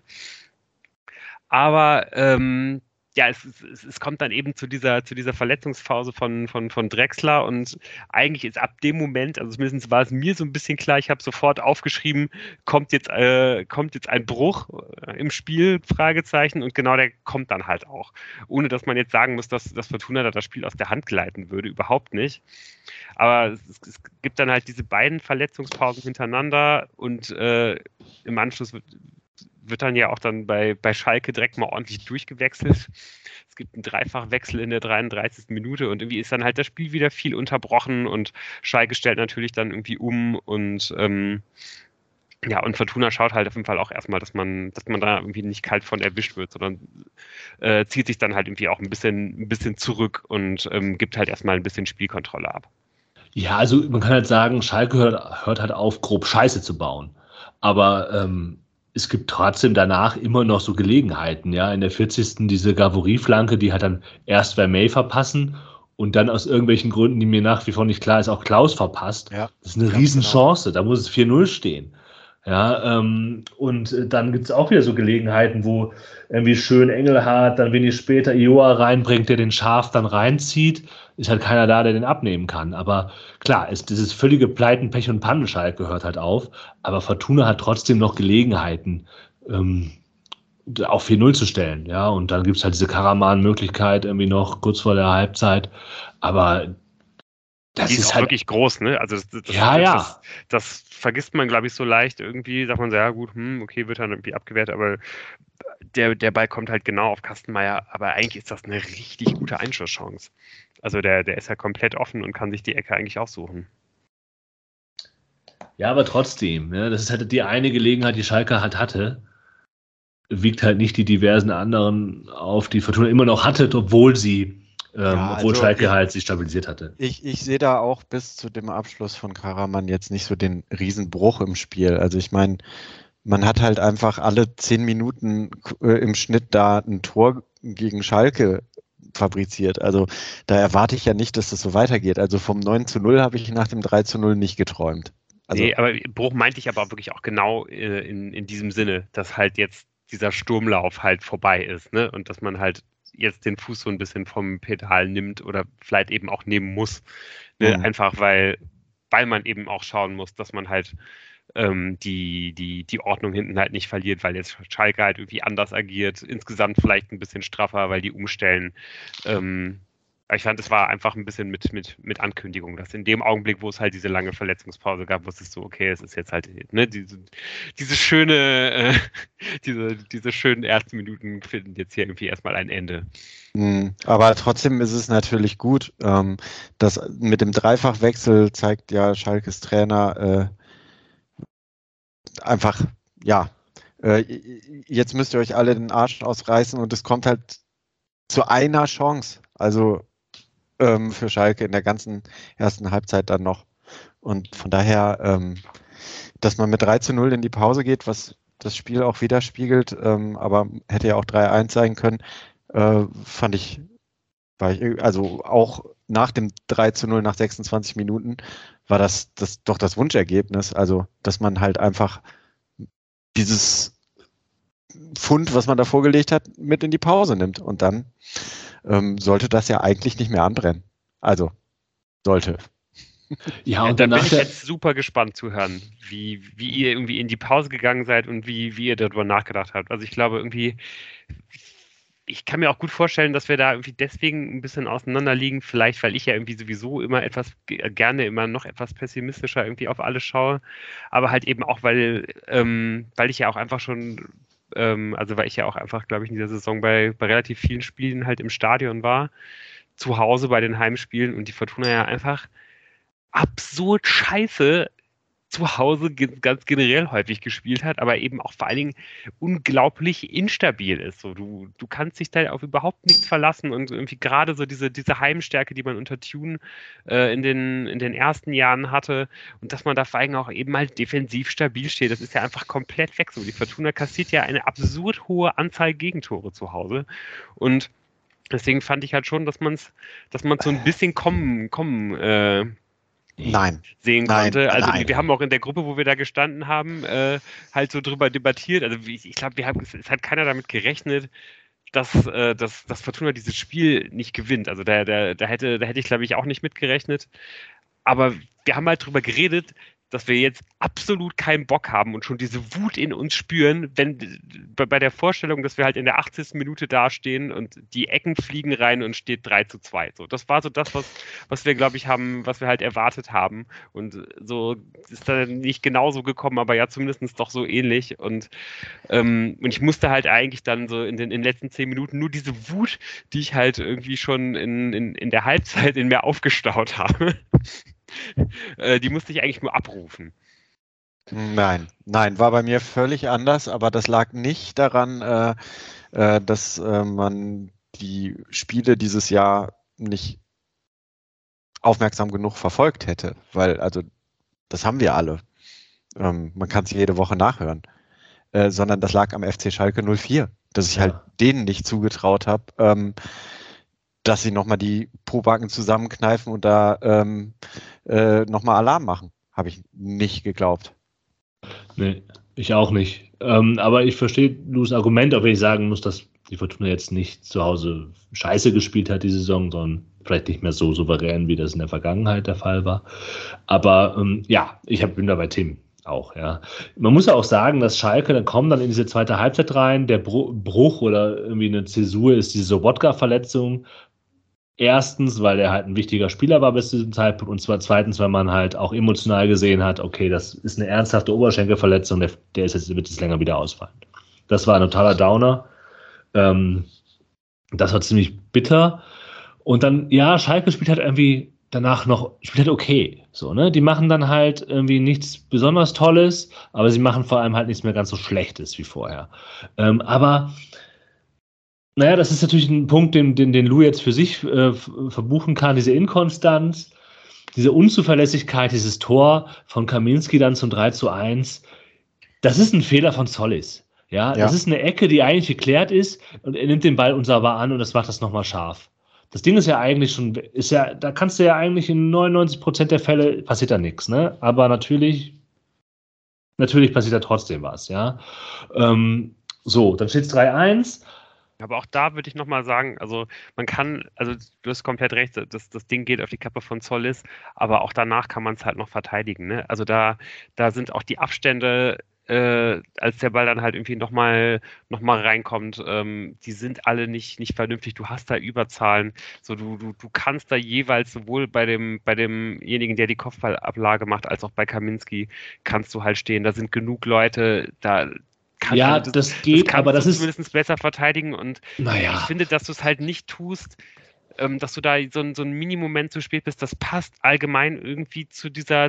A: Aber ja, es kommt dann eben zu dieser Verletzungspause von Drexler und eigentlich ist ab dem Moment, also zumindest war es mir so ein bisschen klar, ich habe sofort aufgeschrieben, kommt jetzt ein Bruch im Spiel, Fragezeichen, und genau der kommt dann halt auch. Ohne dass man jetzt sagen muss, dass Fortuna da das Spiel aus der Hand gleiten würde, überhaupt nicht. Aber es gibt dann halt diese beiden Verletzungspausen hintereinander und im Anschluss wird dann ja auch dann bei Schalke direkt mal ordentlich durchgewechselt. Es gibt einen Dreifachwechsel in der 33. Minute und irgendwie ist dann halt das Spiel wieder viel unterbrochen und Schalke stellt natürlich dann irgendwie um und ja, und Fortuna schaut halt auf jeden Fall auch erstmal, dass man da irgendwie nicht kalt von erwischt wird, sondern zieht sich dann halt irgendwie auch ein bisschen zurück und gibt halt erstmal ein bisschen Spielkontrolle ab.
B: Ja, also man kann halt sagen, Schalke hört halt auf, grob Scheiße zu bauen. Aber es gibt trotzdem danach immer noch so Gelegenheiten, ja. In der 40. diese Gavory-Flanke, die hat dann erst Vermeij verpassen und dann aus irgendwelchen Gründen, die mir nach wie vor nicht klar ist, auch Klaus verpasst.
D: Ja,
B: das ist eine Riesenchance, da muss es 4:0 stehen. Ja, und dann gibt es auch wieder so Gelegenheiten, wo irgendwie schön Engelhardt dann wenig später Ioa reinbringt, der den Scharf dann reinzieht. Ist halt keiner da, der den abnehmen kann. Aber klar, dieses völlige Pleiten, Pech und Pannenschalk gehört halt auf. Aber Fortuna hat trotzdem noch Gelegenheiten, auf 4:0 zu stellen. Ja, und dann gibt es halt diese Karaman-Möglichkeit irgendwie noch kurz vor der Halbzeit. Aber das
A: die ist auch
B: halt
A: wirklich groß, ne? Also das vergisst man, glaube ich, so leicht. Irgendwie sagt man so, ja gut, okay, wird dann irgendwie abgewehrt, aber der Ball kommt halt genau auf Kastenmeier, aber eigentlich ist das eine richtig gute Einschusschance. Also der ist ja komplett offen und kann sich die Ecke eigentlich aussuchen.
B: Ja, aber trotzdem, ne, das ist halt die eine Gelegenheit, die Schalke halt hatte, wiegt halt nicht die diversen anderen auf, die Fortuna immer noch hatte, obwohl Schalke halt sich stabilisiert hatte.
D: Ich sehe da auch bis zu dem Abschluss von Karaman jetzt nicht so den Riesenbruch im Spiel. Also ich meine, man hat halt einfach alle 10 Minuten im Schnitt da ein Tor gegen Schalke fabriziert. Also da erwarte ich ja nicht, dass das so weitergeht. Also vom 9:0 habe ich nach dem 3:0 nicht geträumt. Also,
A: nee, aber Bruch meinte ich aber auch wirklich auch genau in diesem Sinne, dass halt jetzt dieser Sturmlauf halt vorbei ist, ne? Und dass man halt jetzt den Fuß so ein bisschen vom Pedal nimmt oder vielleicht eben auch nehmen muss. Ne? Einfach weil man eben auch schauen muss, dass man halt die Ordnung hinten halt nicht verliert, weil jetzt Schalke halt irgendwie anders agiert, insgesamt vielleicht ein bisschen straffer, weil die umstellen. Ich fand, es war einfach ein bisschen mit Ankündigung, dass in dem Augenblick, wo es halt diese lange Verletzungspause gab, wusstest du, okay, es ist jetzt halt, ne, diese schöne, diese schönen ersten Minuten finden jetzt hier irgendwie erstmal ein Ende.
D: Aber trotzdem ist es natürlich gut, dass mit dem Dreifachwechsel zeigt ja Schalkes Trainer einfach, ja, jetzt müsst ihr euch alle den Arsch ausreißen und es kommt halt zu einer Chance. Also für Schalke in der ganzen ersten Halbzeit dann noch. Und von daher, dass man mit 3:0 in die Pause geht, was das Spiel auch widerspiegelt, aber hätte ja auch 3:1 sein können, fand ich, also auch nach dem 3:0 nach 26 Minuten war das doch das Wunschergebnis. Also, dass man halt einfach dieses Pfund, was man da vorgelegt hat, mit in die Pause nimmt. Und dann sollte das ja eigentlich nicht mehr anbrennen. Also, sollte.
A: Ja, und da bin ich jetzt super gespannt zu hören, wie ihr irgendwie in die Pause gegangen seid und wie ihr darüber nachgedacht habt. Also ich glaube irgendwie, ich kann mir auch gut vorstellen, dass wir da irgendwie deswegen ein bisschen auseinander liegen, vielleicht weil ich ja irgendwie sowieso immer immer noch etwas pessimistischer irgendwie auf alles schaue, aber halt eben auch, weil ich ja auch einfach schon weil ich ja auch einfach, glaube ich, in dieser Saison bei relativ vielen Spielen halt im Stadion war, zu Hause bei den Heimspielen und die Fortuna ja einfach absurd scheiße zu Hause ganz generell häufig gespielt hat, aber eben auch vor allen Dingen unglaublich instabil ist. So, du kannst dich da auf überhaupt nichts verlassen und irgendwie gerade so diese Heimstärke, die man unter Thune in den ersten Jahren hatte und dass man da vor allem auch eben mal defensiv stabil steht, das ist ja einfach komplett weg. So, die Fortuna kassiert ja eine absurd hohe Anzahl Gegentore zu Hause und deswegen fand ich halt schon, dass man so ein bisschen sehen konnte. Also wir haben auch in der Gruppe, wo wir da gestanden haben, halt so drüber debattiert. Also ich glaube, es hat keiner damit gerechnet, dass Fortuna dieses Spiel nicht gewinnt. Also da hätte ich, glaube ich, auch nicht mitgerechnet. Aber wir haben halt drüber geredet, dass wir jetzt absolut keinen Bock haben und schon diese Wut in uns spüren, wenn bei der Vorstellung, dass wir halt in der 80. Minute dastehen und die Ecken fliegen rein und steht 3:2. So, das war so das, was wir, glaube ich, was wir halt erwartet haben. Und so ist dann nicht genauso gekommen, aber ja zumindest doch so ähnlich. Und ich musste halt eigentlich dann so in den letzten 10 Minuten nur diese Wut, die ich halt irgendwie schon in der Halbzeit in mir aufgestaut habe, die musste ich eigentlich nur abrufen.
D: Nein, war bei mir völlig anders, aber das lag nicht daran, dass man die Spiele dieses Jahr nicht aufmerksam genug verfolgt hätte, weil, also, das haben wir alle. Man kann es jede Woche nachhören. Sondern das lag am FC Schalke 04, dass ich halt denen nicht zugetraut habe, dass sie nochmal die Pobacken zusammenkneifen und da nochmal Alarm machen. Habe ich nicht geglaubt.
B: Nee, ich auch nicht. Aber ich verstehe Lu's Argument, auch wenn ich sagen muss, dass die Fortuna jetzt nicht zu Hause scheiße gespielt hat, die Saison, sondern vielleicht nicht mehr so souverän, wie das in der Vergangenheit der Fall war. Aber bin da bei Tim auch, ja. Man muss ja auch sagen, dass Schalke, dann kommen dann in diese zweite Halbzeit rein, der Bruch oder irgendwie eine Zäsur ist diese Sobotka-Verletzung. Erstens, weil er halt ein wichtiger Spieler war bis zu diesem Zeitpunkt und zwar zweitens, weil man halt auch emotional gesehen hat, okay, das ist eine ernsthafte Oberschenkelverletzung, wird jetzt länger wieder ausfallen. Das war ein totaler Downer. Das war ziemlich bitter. Und dann, Schalke spielt halt irgendwie danach spielt halt okay. So, ne? Die machen dann halt irgendwie nichts besonders Tolles, aber sie machen vor allem halt nichts mehr ganz so Schlechtes wie vorher. Aber das ist natürlich ein Punkt, den Lou jetzt für sich verbuchen kann, diese Inkonstanz, diese Unzuverlässigkeit, dieses Tor von Kaminski dann zum 3:1. Das ist ein Fehler von Zollis. Ja, das ist eine Ecke, die eigentlich geklärt ist und er nimmt den Ball unsauber an und das macht das nochmal scharf. Das Ding ist ja eigentlich schon, da kannst du ja eigentlich in 99% der Fälle passiert da nichts, ne? Aber natürlich passiert da trotzdem was, ja. So, dann steht es 3-1.
A: Aber auch da würde ich nochmal sagen, also du hast komplett recht, das Ding geht auf die Kappe von Zollis, aber auch danach kann man es halt noch verteidigen, ne? Also da sind auch die Abstände, als der Ball dann halt irgendwie nochmal reinkommt, die sind alle nicht vernünftig. Du hast da Überzahlen. So, du kannst da jeweils sowohl bei demjenigen, der die Kopfballablage macht, als auch bei Kaminski, kannst du halt stehen. Da sind genug Leute,
B: das geht, aber das ist
A: zumindest besser verteidigen und
B: naja.
A: Ich finde, dass du es halt nicht tust, dass du da so ein Mini-Moment zu spät bist, das passt allgemein irgendwie zu dieser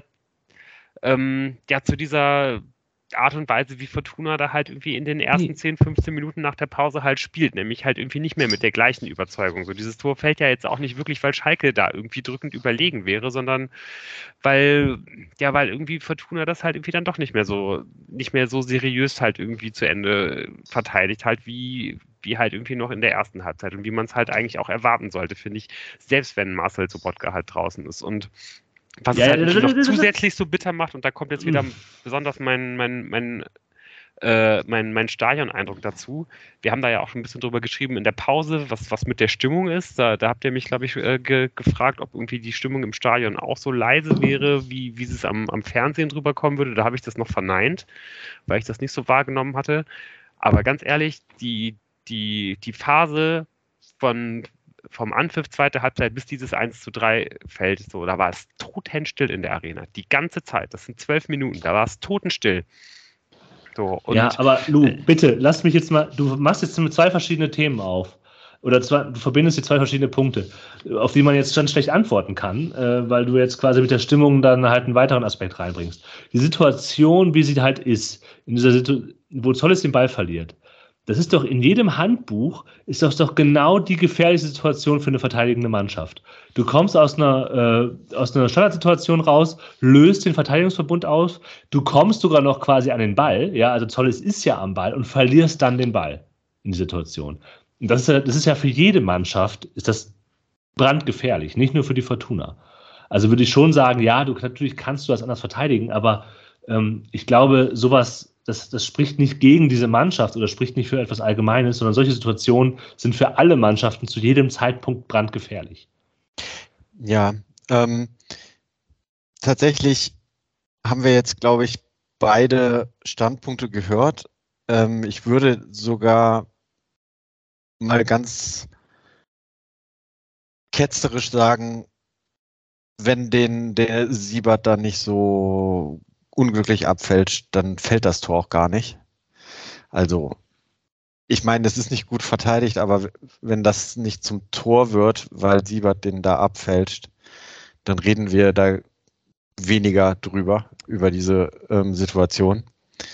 A: Art und Weise, wie Fortuna da halt irgendwie in den ersten 10, 15 Minuten nach der Pause halt spielt, nämlich halt irgendwie nicht mehr mit der gleichen Überzeugung. So, dieses Tor fällt ja jetzt auch nicht wirklich, weil Schalke da irgendwie drückend überlegen wäre, sondern weil irgendwie Fortuna das halt irgendwie dann doch nicht mehr so seriös halt irgendwie zu Ende verteidigt, halt wie halt irgendwie noch in der ersten Halbzeit und wie man es halt eigentlich auch erwarten sollte, finde ich, selbst wenn Marcel Sobotka halt draußen ist. Und was es halt noch zusätzlich so bitter macht, und da kommt jetzt wieder besonders mein Stadion-Eindruck dazu. Wir haben da ja auch schon ein bisschen drüber geschrieben in der Pause, was mit der Stimmung ist. Da habt ihr mich, glaube ich, gefragt, ob irgendwie die Stimmung im Stadion auch so leise wäre, wie es am Fernsehen drüber kommen würde. Da habe ich das noch verneint, weil ich das nicht so wahrgenommen hatte. Aber ganz ehrlich, die Phase vom Anpfiff zweite Halbzeit bis dieses 1:3 fällt, so, da war es totenstill in der Arena. Die ganze Zeit. Das sind 12 Minuten. Da war es totenstill. So, und,
B: ja, aber Lou, bitte, lass mich jetzt mal, du machst jetzt mit 2 verschiedene Themen auf. Oder du verbindest die 2 verschiedene Punkte, auf die man jetzt schon schlecht antworten kann, weil du jetzt quasi mit der Stimmung dann halt einen weiteren Aspekt reinbringst. Die Situation, wie sie halt ist, in dieser Situation, wo Zollis den Ball verliert, das ist doch in jedem Handbuch, ist das doch genau die gefährlichste Situation für eine verteidigende Mannschaft. Du kommst aus einer Standardsituation raus, löst den Verteidigungsverbund aus, du kommst sogar noch quasi an den Ball, ja, also Zollis ist ja am Ball und verlierst dann den Ball in die Situation. Und das ist ja für jede Mannschaft, ist das brandgefährlich, nicht nur für die Fortuna. Also würde ich schon sagen, ja, natürlich kannst du das anders verteidigen, aber ich glaube, sowas, das spricht nicht gegen diese Mannschaft oder spricht nicht für etwas Allgemeines, sondern solche Situationen sind für alle Mannschaften zu jedem Zeitpunkt brandgefährlich.
D: Ja, tatsächlich haben wir jetzt, glaube ich, beide Standpunkte gehört. Ich würde sogar mal ganz ketzerisch sagen, wenn der Siebert da nicht so unglücklich abfälscht, dann fällt das Tor auch gar nicht. Also, ich meine, das ist nicht gut verteidigt, aber wenn das nicht zum Tor wird, weil Siebert den da abfälscht, dann reden wir da weniger über diese Situation.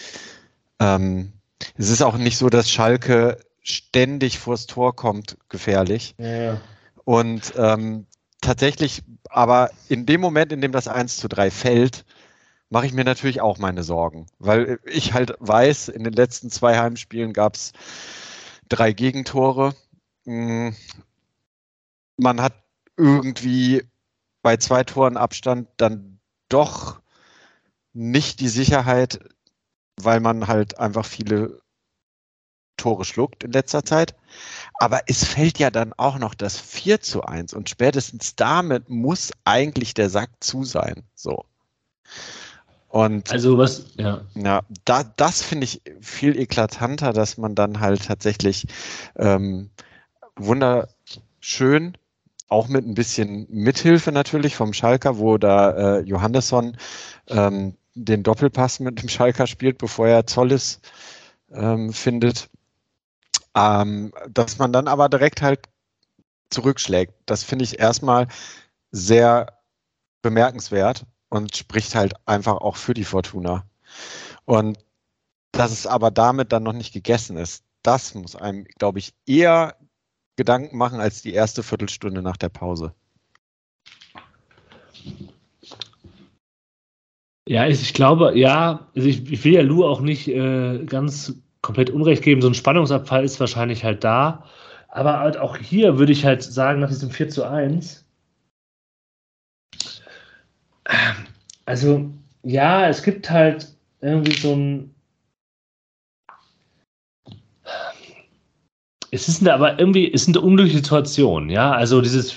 D: Es ist auch nicht so, dass Schalke ständig vors Tor kommt, gefährlich.
B: Ja.
D: Und tatsächlich, aber in dem Moment, in dem das 1:3 fällt, mache ich mir natürlich auch meine Sorgen, weil ich halt weiß, in den letzten 2 Heimspielen gab es 3 Gegentore. Man hat irgendwie bei 2 Toren Abstand dann doch nicht die Sicherheit, weil man halt einfach viele Tore schluckt in letzter Zeit. Aber es fällt ja dann auch noch das 4:1 und spätestens damit muss eigentlich der Sack zu sein. So. Und
B: also
D: das finde ich viel eklatanter, dass man dann halt tatsächlich wunderschön, auch mit ein bisschen Mithilfe natürlich vom Schalker, wo da Johannesson den Doppelpass mit dem Schalker spielt, bevor er Zollis findet, dass man dann aber direkt halt zurückschlägt. Das finde ich erstmal sehr bemerkenswert und spricht halt einfach auch für die Fortuna. Und dass es aber damit dann noch nicht gegessen ist, das muss einem, glaube ich, eher Gedanken machen als die erste Viertelstunde nach der Pause.
B: Ja, ich glaube, also ich will ja Lou auch nicht ganz komplett Unrecht geben. So ein Spannungsabfall ist wahrscheinlich halt da. Aber halt auch hier würde ich halt sagen, nach diesem 4:1, also ja, es gibt halt irgendwie so ein. Es ist eine unglückliche Situation, ja. Also dieses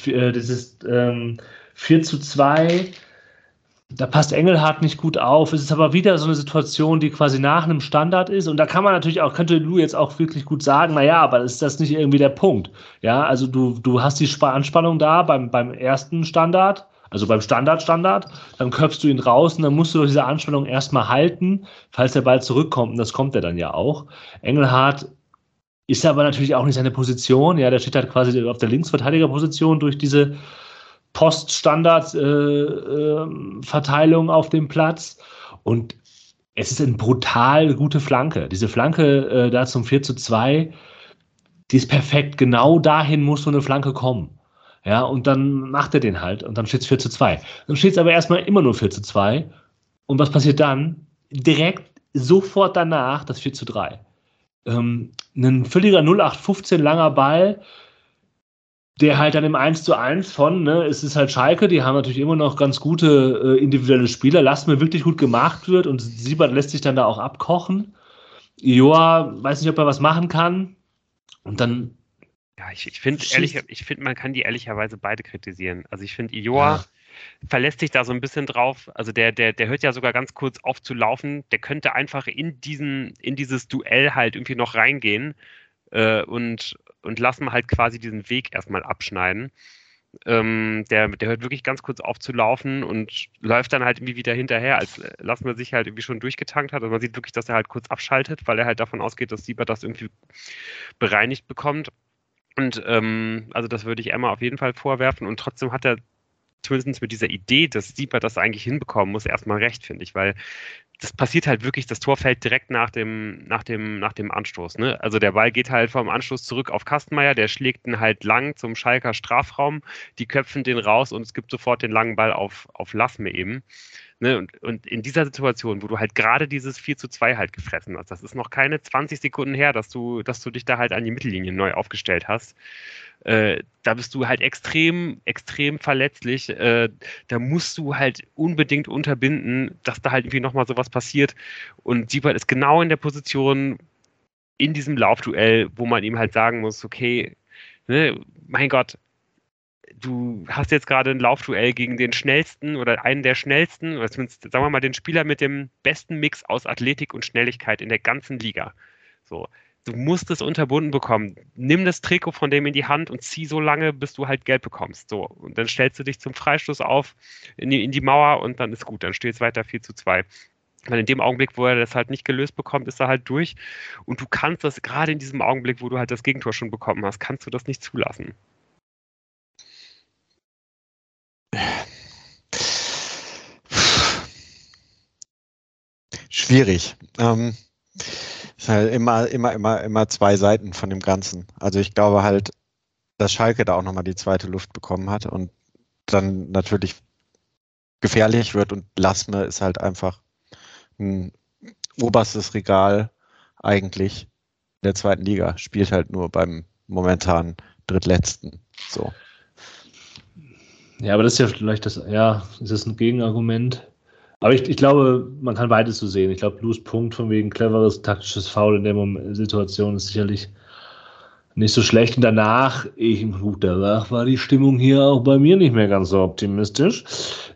B: 4:2, da passt Engelhardt nicht gut auf. Es ist aber wieder so eine Situation, die quasi nach einem Standard ist. Und da kann man natürlich auch, könnte Lou jetzt auch wirklich gut sagen, naja, aber ist das nicht irgendwie der Punkt? Ja, also du hast die Anspannung da beim ersten Standard, also beim Standard, dann köpfst du ihn raus und dann musst du doch diese Anspannung erstmal halten, falls der Ball zurückkommt. Und das kommt er dann ja auch. Engelhardt ist aber natürlich auch nicht seine Position. Ja, der steht halt quasi auf der Linksverteidigerposition durch diese Poststandard-Verteilung auf dem Platz. Und es ist eine brutal gute Flanke. Diese Flanke da zum 4:2, die ist perfekt. Genau dahin muss so eine Flanke kommen. Ja, und dann macht er den halt und dann steht es 4:2. Dann steht es aber erstmal immer nur 4:2. Und was passiert dann? Direkt sofort danach das 4:3. Ein völliger 0815 langer Ball, der halt dann im 1:1 von, ne, es ist halt Schalke, die haben natürlich immer noch ganz gute individuelle Spieler, lassen mir wirklich gut gemacht wird und Siebert lässt sich dann da auch abkochen. Joa, weiß nicht, ob er was machen kann. Und dann.
A: Ja, ich finde, man kann die ehrlicherweise beide kritisieren. Also ich finde, Ioa verlässt sich da so ein bisschen drauf. Also der hört ja sogar ganz kurz auf zu laufen. Der könnte einfach in dieses Duell halt irgendwie noch reingehen und lassen halt quasi diesen Weg erstmal abschneiden. Der hört wirklich ganz kurz auf zu laufen und läuft dann halt irgendwie wieder hinterher, als lassen wir sich halt irgendwie schon durchgetankt hat. Also man sieht wirklich, dass er halt kurz abschaltet, weil er halt davon ausgeht, dass Siebert das irgendwie bereinigt bekommt. Und also das würde ich Emma auf jeden Fall vorwerfen. Und trotzdem hat er zumindest mit dieser Idee, dass Siebert das eigentlich hinbekommen muss, erstmal recht, finde ich, weil das passiert halt wirklich, das Tor fällt direkt nach dem Anstoß. Ne? Also der Ball geht halt vom Anstoß zurück auf Kastenmeier, der schlägt ihn halt lang zum Schalker Strafraum, die köpfen den raus und es gibt sofort den langen Ball auf Lassme eben. Ne? Und in dieser Situation, wo du halt gerade dieses 4:2 halt gefressen hast, das ist noch keine 20 Sekunden her, dass du dich da halt an die Mittellinie neu aufgestellt hast, da bist du halt extrem, extrem verletzlich. Da musst du halt unbedingt unterbinden, dass da halt irgendwie nochmal sowas passiert. Und Siebert ist genau in der Position in diesem Laufduell, wo man ihm halt sagen muss, okay, ne, mein Gott, du hast jetzt gerade ein Laufduell gegen den schnellsten oder einen der schnellsten, oder zumindest, sagen wir mal, den Spieler mit dem besten Mix aus Athletik und Schnelligkeit in der ganzen Liga. So. Du musst es unterbunden bekommen. Nimm das Trikot von dem in die Hand und zieh so lange, bis du halt Gelb bekommst. So. Und dann stellst du dich zum Freistoß auf in die Mauer und dann ist gut. Dann steht es weiter 4:2. Weil in dem Augenblick, wo er das halt nicht gelöst bekommt, ist er halt durch. Und du kannst das, gerade in diesem Augenblick, wo du halt das Gegentor schon bekommen hast, kannst du das nicht zulassen.
D: Schwierig. Ist halt immer zwei Seiten von dem Ganzen. Also ich glaube halt, dass Schalke da auch nochmal die zweite Luft bekommen hat und dann natürlich gefährlich wird und Lassme ist halt einfach ein oberstes Regal eigentlich in der zweiten Liga. Spielt halt nur beim momentan Drittletzten. So.
B: Ja, aber das ist ja vielleicht ist das ein Gegenargument? Aber ich glaube, man kann beides so sehen. Ich glaube, Lus Punkt von wegen cleveres taktisches Foul in der Situation ist sicherlich nicht so schlecht. Und danach war die Stimmung hier auch bei mir nicht mehr ganz so optimistisch.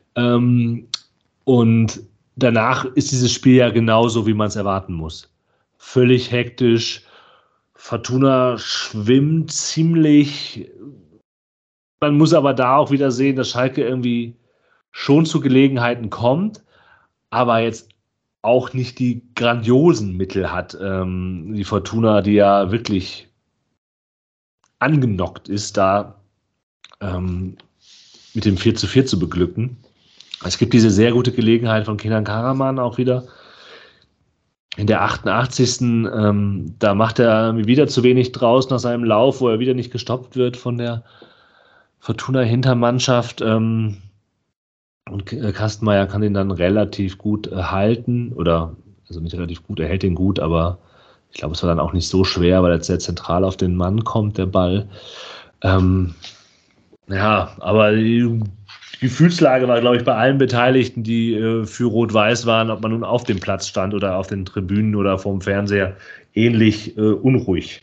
B: Und danach ist dieses Spiel ja genauso, wie man es erwarten muss. Völlig hektisch. Fortuna schwimmt ziemlich. Man muss aber da auch wieder sehen, dass Schalke irgendwie schon zu Gelegenheiten kommt, aber jetzt auch nicht die grandiosen Mittel hat. Die Fortuna, die ja wirklich angenockt ist, da mit dem 4:4 zu beglücken. Es gibt diese sehr gute Gelegenheit von Kenan Karaman auch wieder. In der 88. Da macht er wieder zu wenig draus nach seinem Lauf, wo er wieder nicht gestoppt wird von der Fortuna-Hintermannschaft. Und Kastenmeier kann ihn dann relativ gut halten, also nicht relativ gut, er hält ihn gut, aber Ich glaube, es war dann auch nicht so schwer, weil jetzt sehr zentral auf den Mann kommt, der Ball. Aber die Gefühlslage war, glaube ich, bei allen Beteiligten, die für Rot-Weiß waren, ob man nun auf dem Platz stand oder auf den Tribünen oder vorm Fernseher, ähnlich unruhig.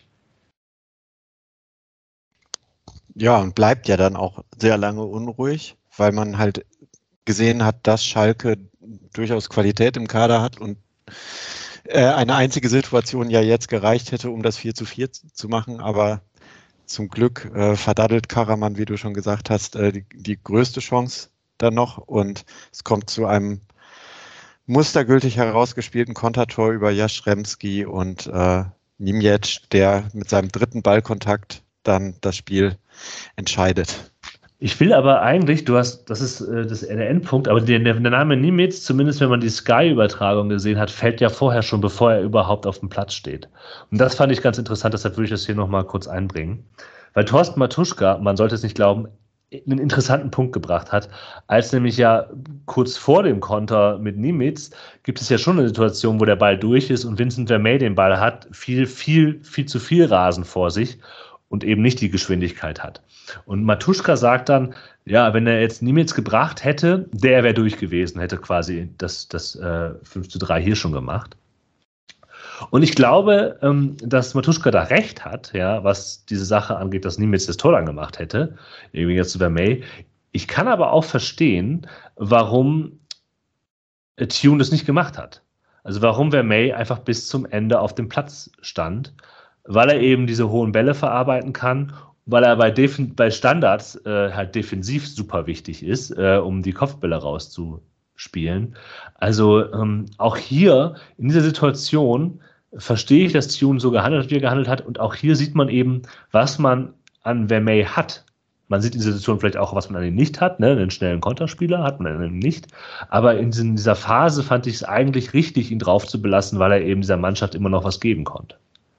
D: Ja, und bleibt ja dann auch sehr lange unruhig, weil man halt gesehen hat, dass Schalke durchaus Qualität im Kader hat und eine einzige Situation ja jetzt gereicht hätte, um das 4:4 zu machen, aber zum Glück verdaddelt Karaman, wie du schon gesagt hast, die größte Chance dann noch und es kommt zu einem mustergültig herausgespielten Kontertor über Jastrzębski und Niemiec, der mit seinem dritten Ballkontakt dann das Spiel entscheidet.
B: Ich will aber eigentlich, das ist der Endpunkt, aber der Name Niemiec, zumindest wenn man die Sky-Übertragung gesehen hat, fällt ja vorher schon, bevor er überhaupt auf dem Platz steht. Und das fand ich ganz interessant, deshalb würde ich das hier nochmal kurz einbringen. Weil Thorsten Matuschka, man sollte es nicht glauben, einen interessanten Punkt gebracht hat, als nämlich ja kurz vor dem Konter mit Niemiec gibt es ja schon eine Situation, wo der Ball durch ist und Vincent Vermeij den Ball hat, viel zu viel Rasen vor sich und eben nicht die Geschwindigkeit hat. Und Matuschka sagt dann, ja, wenn er jetzt Niemiec gebracht hätte, der wäre durch gewesen, hätte quasi das 5:3 hier schon gemacht. Und ich glaube, dass Matuschka da recht hat, ja, was diese Sache angeht, dass Niemiec das Tor dann gemacht hätte, irgendwie jetzt zu Vermeij. Ich kann aber auch verstehen, warum Thune das nicht gemacht hat. Also warum Vermeij einfach bis zum Ende auf dem Platz stand, weil er eben diese hohen Bälle verarbeiten kann, weil er bei Standards halt defensiv super wichtig ist, um die Kopfbälle rauszuspielen. Also auch hier in dieser Situation verstehe ich, dass Thune so gehandelt hat, wie er gehandelt hat. Und auch hier sieht man eben, was man an Vermeij hat. Man sieht in dieser Situation vielleicht auch, was man an ihm nicht hat. Ne? Einen schnellen Konterspieler hat man an ihm nicht. Aber in dieser Phase fand ich es eigentlich richtig, ihn drauf zu belassen, weil er eben dieser Mannschaft immer noch was geben konnte.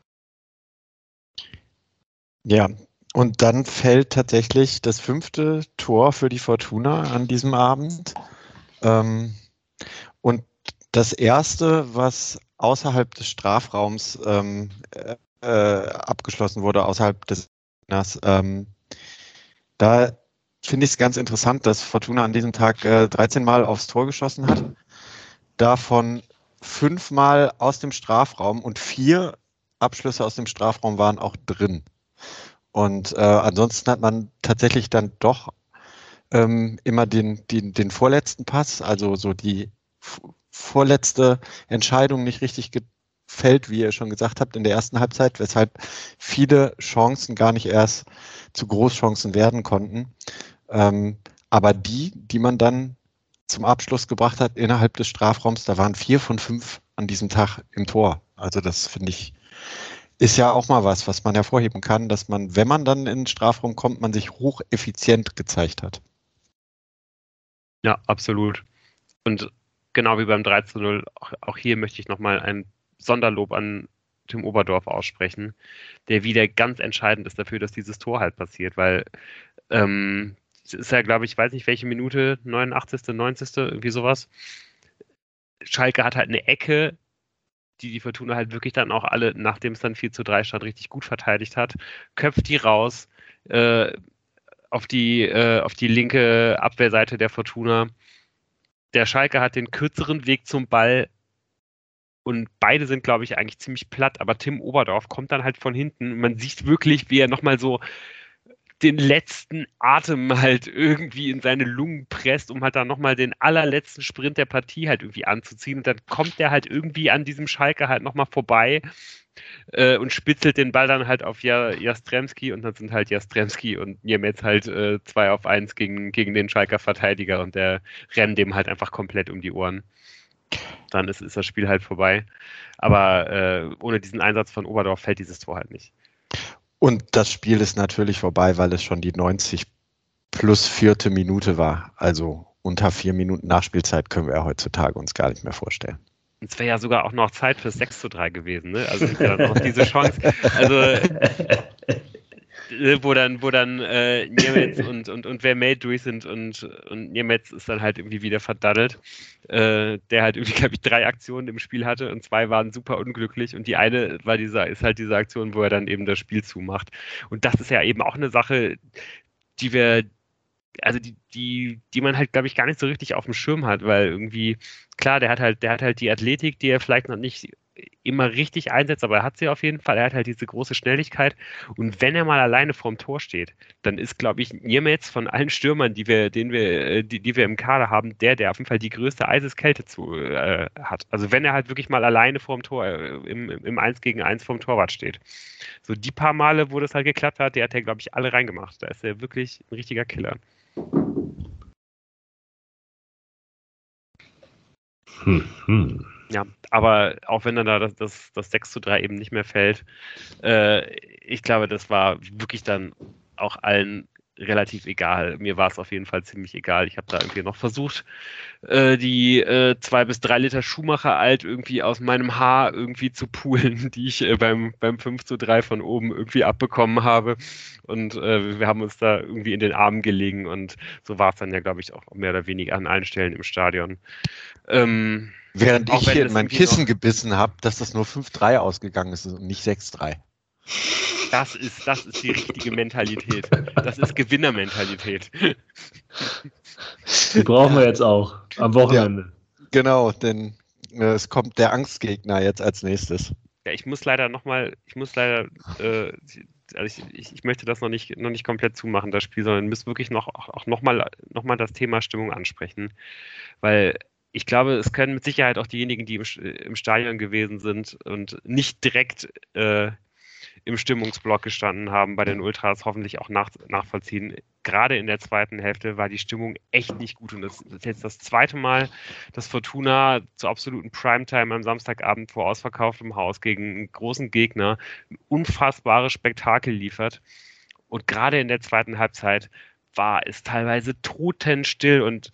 D: Ja, und dann fällt tatsächlich das 5. Tor für die Fortuna an diesem Abend. Und das erste, was außerhalb des Strafraums abgeschlossen wurde, außerhalb des da finde ich es ganz interessant, dass Fortuna an diesem Tag 13 Mal aufs Tor geschossen hat, davon 5 Mal aus dem Strafraum und 4 Abschlüsse aus dem Strafraum waren auch drin. Und ansonsten hat man tatsächlich dann doch immer den vorletzten Pass, also so die vorletzte Entscheidung nicht richtig gefällt, wie ihr schon gesagt habt, in der ersten Halbzeit, weshalb viele Chancen gar nicht erst zu Großchancen werden konnten. Aber die man dann zum Abschluss gebracht hat innerhalb des Strafraums, da waren 4 von 5 an diesem Tag im Tor. Also das finde ich, ist ja auch mal was man hervorheben kann, dass man, wenn man dann in den Strafraum kommt, man sich hocheffizient gezeigt hat.
A: Ja, absolut. Und genau wie beim 3:0, auch hier möchte ich nochmal ein Sonderlob an Tim Oberdorf aussprechen, der wieder ganz entscheidend ist dafür, dass dieses Tor halt passiert, weil es ist ja, glaube ich, weiß nicht welche Minute, 89., 90., irgendwie sowas. Schalke hat halt eine Ecke, die Fortuna halt wirklich dann auch alle, nachdem es dann 4:3 stand, richtig gut verteidigt hat, köpft die raus auf die linke Abwehrseite der Fortuna. Der Schalke hat den kürzeren Weg zum Ball und beide sind, glaube ich, eigentlich ziemlich platt, aber Tim Oberdorf kommt dann halt von hinten und man sieht wirklich, wie er nochmal so den letzten Atem halt irgendwie in seine Lungen presst, um halt dann nochmal den allerletzten Sprint der Partie halt irgendwie anzuziehen. Und dann kommt der halt irgendwie an diesem Schalke halt nochmal vorbei und spitzelt den Ball dann halt auf Jastrzębski und dann sind halt Jastrzębski und Niemiec halt 2-1 gegen den Schalker Verteidiger und der rennt dem halt einfach komplett um die Ohren. Dann ist das Spiel halt vorbei. Aber ohne diesen Einsatz von Oberdorf fällt dieses Tor halt nicht.
D: Und das Spiel ist natürlich vorbei, weil es schon die 90 plus 4. Minute war. Also unter 4 Minuten Nachspielzeit können wir ja heutzutage uns gar nicht mehr vorstellen.
A: Es wäre ja sogar auch noch Zeit für 6:3 gewesen, ne? Also ja dann auch diese Chance. Also wo dann Niemetz und Vermey durch sind und Niemetz ist dann halt irgendwie wieder verdaddelt, der halt irgendwie, glaube ich, 3 Aktionen im Spiel hatte und 2 waren super unglücklich und die eine ist halt diese Aktion, wo er dann eben das Spiel zumacht. Und das ist ja eben auch eine Sache, die man halt, glaube ich, gar nicht so richtig auf dem Schirm hat, weil irgendwie, klar, der hat halt die Athletik, die er vielleicht noch nicht immer richtig einsetzt, aber er hat sie auf jeden Fall. Er hat halt diese große Schnelligkeit. Und wenn er mal alleine vorm Tor steht, dann ist, glaube ich, Niemetz von allen Stürmern, die wir im Kader haben, der auf jeden Fall die größte Eiseskälte hat. Also wenn er halt wirklich mal alleine vorm Tor, im 1 gegen 1 vorm Torwart steht. So die paar Male, wo das halt geklappt hat, der hat er, glaube ich, alle reingemacht. Da ist er wirklich ein richtiger Killer. Ja, aber auch wenn dann da das 6:3 eben nicht mehr fällt, ich glaube, das war wirklich dann auch allen relativ egal. Mir war es auf jeden Fall ziemlich egal. Ich habe da irgendwie noch versucht, die 2 bis 3 Liter Schumacher alt irgendwie aus meinem Haar irgendwie zu poolen, die ich beim 5:3 von oben irgendwie abbekommen habe. Und wir haben uns da irgendwie in den Armen gelegen und so war es dann ja, glaube ich, auch mehr oder weniger an allen Stellen im Stadion.
D: Während ich hier in mein Kissen gebissen habe, dass das nur 5:3 ausgegangen ist und nicht 6:3.
A: Das ist die richtige Mentalität. Das ist Gewinnermentalität.
B: Die brauchen wir jetzt auch am Wochenende.
D: Ja, genau, denn es kommt der Angstgegner jetzt als nächstes.
A: Ja, ich möchte das noch nicht komplett zumachen, das Spiel, sondern müssen wirklich noch mal das Thema Stimmung ansprechen, weil ich glaube, es können mit Sicherheit auch diejenigen, die im Stadion gewesen sind und nicht direkt im Stimmungsblock gestanden haben, bei den Ultras hoffentlich auch nachvollziehen. Gerade in der zweiten Hälfte war die Stimmung echt nicht gut und das ist jetzt das zweite Mal, dass Fortuna zur absoluten Primetime am Samstagabend vor ausverkauftem Haus gegen einen großen Gegner ein unfassbares Spektakel liefert und gerade in der zweiten Halbzeit war es teilweise totenstill und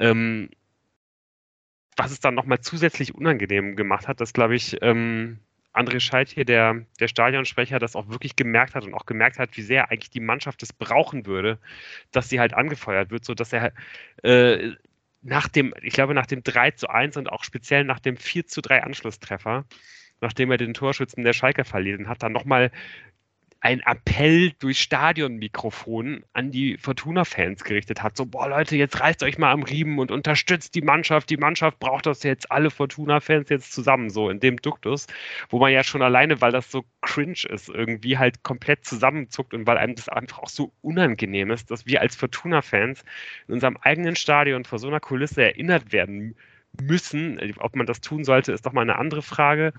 A: was es dann nochmal zusätzlich unangenehm gemacht hat, dass, glaube ich, André Scheidt hier, der Stadionsprecher, das auch wirklich gemerkt hat und auch gemerkt hat, wie sehr eigentlich die Mannschaft es brauchen würde, dass sie halt angefeuert wird, sodass er nach dem 3:1 und auch speziell nach dem 4:3 Anschlusstreffer, nachdem er den Torschützen der Schalker verliehen hat, dann nochmal ein Appell durch Stadionmikrofon an die Fortuna-Fans gerichtet hat. So, boah Leute, jetzt reißt euch mal am Riemen und unterstützt die Mannschaft. Die Mannschaft braucht das jetzt, alle Fortuna-Fans jetzt zusammen, so in dem Duktus, wo man ja schon alleine, weil das so cringe ist, irgendwie halt komplett zusammenzuckt und weil einem das einfach auch so unangenehm ist, dass wir als Fortuna-Fans in unserem eigenen Stadion vor so einer Kulisse erinnert werden müssen. Ob man das tun sollte, ist doch mal eine andere Frage.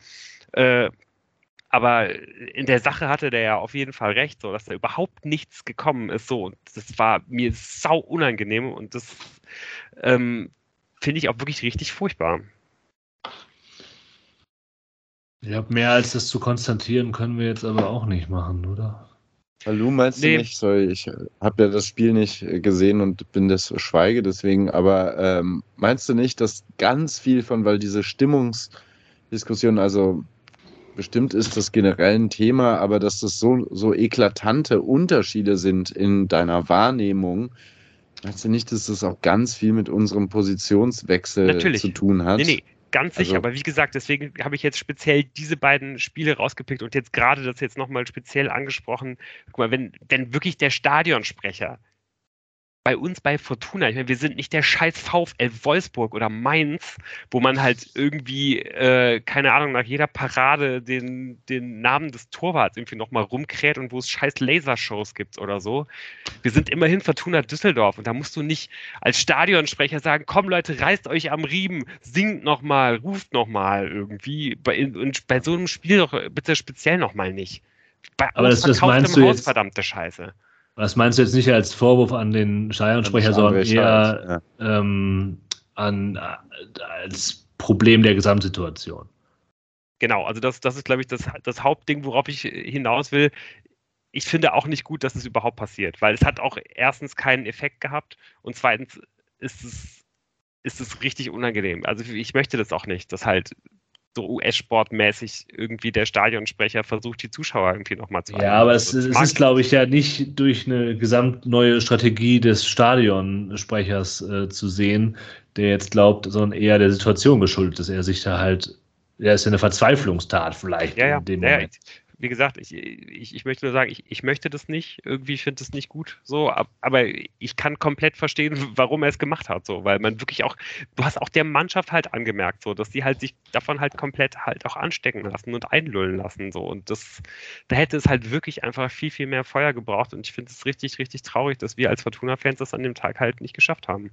A: Aber in der Sache hatte der ja auf jeden Fall recht, so dass da überhaupt nichts gekommen ist. So, und das war mir sau unangenehm und das finde ich auch wirklich richtig furchtbar.
B: Ja, mehr als das zu konstatieren können wir jetzt aber auch nicht machen, oder?
C: Hallo, meinst du nicht? Sorry, ich habe ja das Spiel nicht gesehen und bin das schweige deswegen, aber meinst du nicht, dass ganz viel weil diese Stimmungsdiskussion, also bestimmt ist das generell ein Thema, aber dass das so eklatante Unterschiede sind in deiner Wahrnehmung, meinst du nicht, dass das auch ganz viel mit unserem Positionswechsel zu tun hat?
A: Nee, ganz sicher. Aber wie gesagt, deswegen habe ich jetzt speziell diese beiden Spiele rausgepickt und jetzt gerade das jetzt nochmal speziell angesprochen. Guck mal, wenn wirklich der Stadionsprecher bei uns bei Fortuna, ich meine, wir sind nicht der scheiß VfL Wolfsburg oder Mainz, wo man halt irgendwie, keine Ahnung, nach jeder Parade den Namen des Torwarts irgendwie nochmal rumkräht und wo es scheiß Lasershows gibt oder so. Wir sind immerhin Fortuna Düsseldorf und da musst du nicht als Stadionsprecher sagen, komm Leute, reißt euch am Riemen, singt nochmal, ruft nochmal irgendwie. Und bei so einem Spiel doch bitte speziell nochmal nicht. Bei ausverkauftem Haus, verdammte Scheiße.
B: Was meinst du jetzt nicht als Vorwurf an den Stadionsprecher, sondern eher als Problem der Gesamtsituation?
A: Genau, also das ist, glaube ich, das Hauptding, worauf ich hinaus will. Ich finde auch nicht gut, dass es überhaupt passiert, weil es hat auch erstens keinen Effekt gehabt und zweitens ist es richtig unangenehm. Also ich möchte das auch nicht, dass halt so US-Sportmäßig irgendwie der Stadionsprecher versucht, die Zuschauer irgendwie nochmal zu
B: Ja, aber es ist, glaube ich, ja nicht durch eine gesamt neue Strategie des Stadionsprechers zu sehen, der jetzt glaubt, sondern eher der Situation geschuldet ist. Er sich da halt, er ist ja eine Verzweiflungstat vielleicht in dem Moment.
A: Wie gesagt, ich möchte nur sagen, ich möchte das nicht, irgendwie finde es nicht gut, so, aber ich kann komplett verstehen, warum er es gemacht hat, so, weil man wirklich auch, du hast auch der Mannschaft halt angemerkt, so, dass die halt sich davon halt komplett halt auch anstecken lassen und einlullen lassen, so, und da hätte es halt wirklich einfach viel, viel mehr Feuer gebraucht und ich finde es richtig, richtig traurig, dass wir als Fortuna-Fans das an dem Tag halt nicht geschafft haben.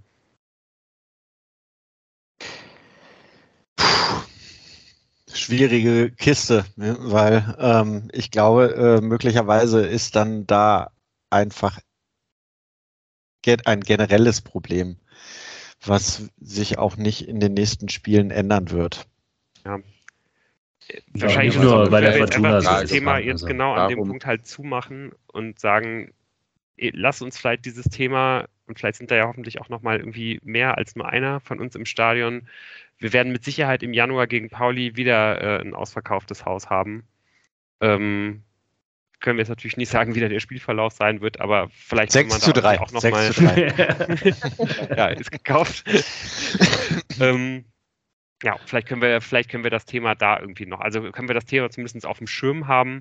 D: Schwierige Kiste, ne? Weil ich glaube, möglicherweise ist dann da einfach ein generelles Problem, was sich auch nicht in den nächsten Spielen ändern wird.
A: Ja.
B: Wahrscheinlich nur bei der Fortuna
A: das Thema jetzt genau an dem Punkt halt zumachen und sagen, lass uns vielleicht dieses Thema, und vielleicht sind da ja hoffentlich auch nochmal irgendwie mehr als nur einer von uns im Stadion. Wir werden mit Sicherheit im Januar gegen Pauli wieder ein ausverkauftes Haus haben. Können wir jetzt natürlich nicht sagen, wie da der Spielverlauf sein wird, aber vielleicht kann man da auch nochmal. Ja, ist gekauft. Ja, vielleicht können wir das Thema da irgendwie noch, also können wir das Thema zumindest auf dem Schirm haben.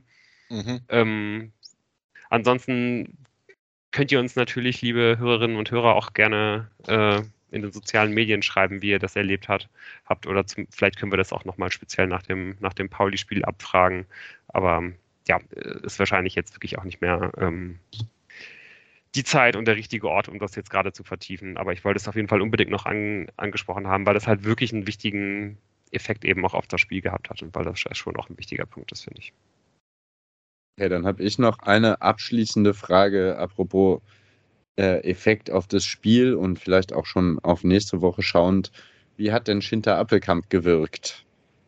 A: Ansonsten könnt ihr uns natürlich, liebe Hörerinnen und Hörer, auch gerne in den sozialen Medien schreiben, wie ihr das erlebt habt. Oder vielleicht können wir das auch nochmal speziell nach dem Pauli-Spiel abfragen. Aber ja, ist wahrscheinlich jetzt wirklich auch nicht mehr die Zeit und der richtige Ort, um das jetzt gerade zu vertiefen. Aber ich wollte es auf jeden Fall unbedingt noch angesprochen haben, weil das halt wirklich einen wichtigen Effekt eben auch auf das Spiel gehabt hat und weil das schon auch ein wichtiger Punkt ist, finde ich.
C: Okay, dann habe ich noch eine abschließende Frage, apropos Effekt auf das Spiel und vielleicht auch schon auf nächste Woche schauend. Wie hat denn Schinter Appelkamp gewirkt?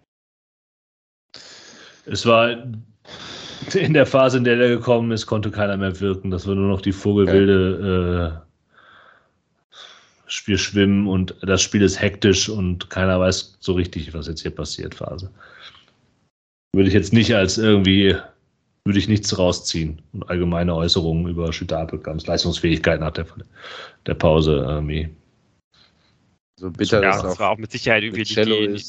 B: Es war in der Phase, in der er gekommen ist, konnte keiner mehr wirken. Das war nur noch die vogelwilde wir schwimmen und das Spiel ist hektisch und keiner weiß so richtig, was jetzt hier passiert, Phase. Würde ich jetzt nicht als irgendwie, würde ich nichts rausziehen. Und allgemeine Äußerungen über Schinter Appelkamps Leistungsfähigkeit nach der Pause irgendwie.
C: So bitter
A: das war auch mit Sicherheit irgendwie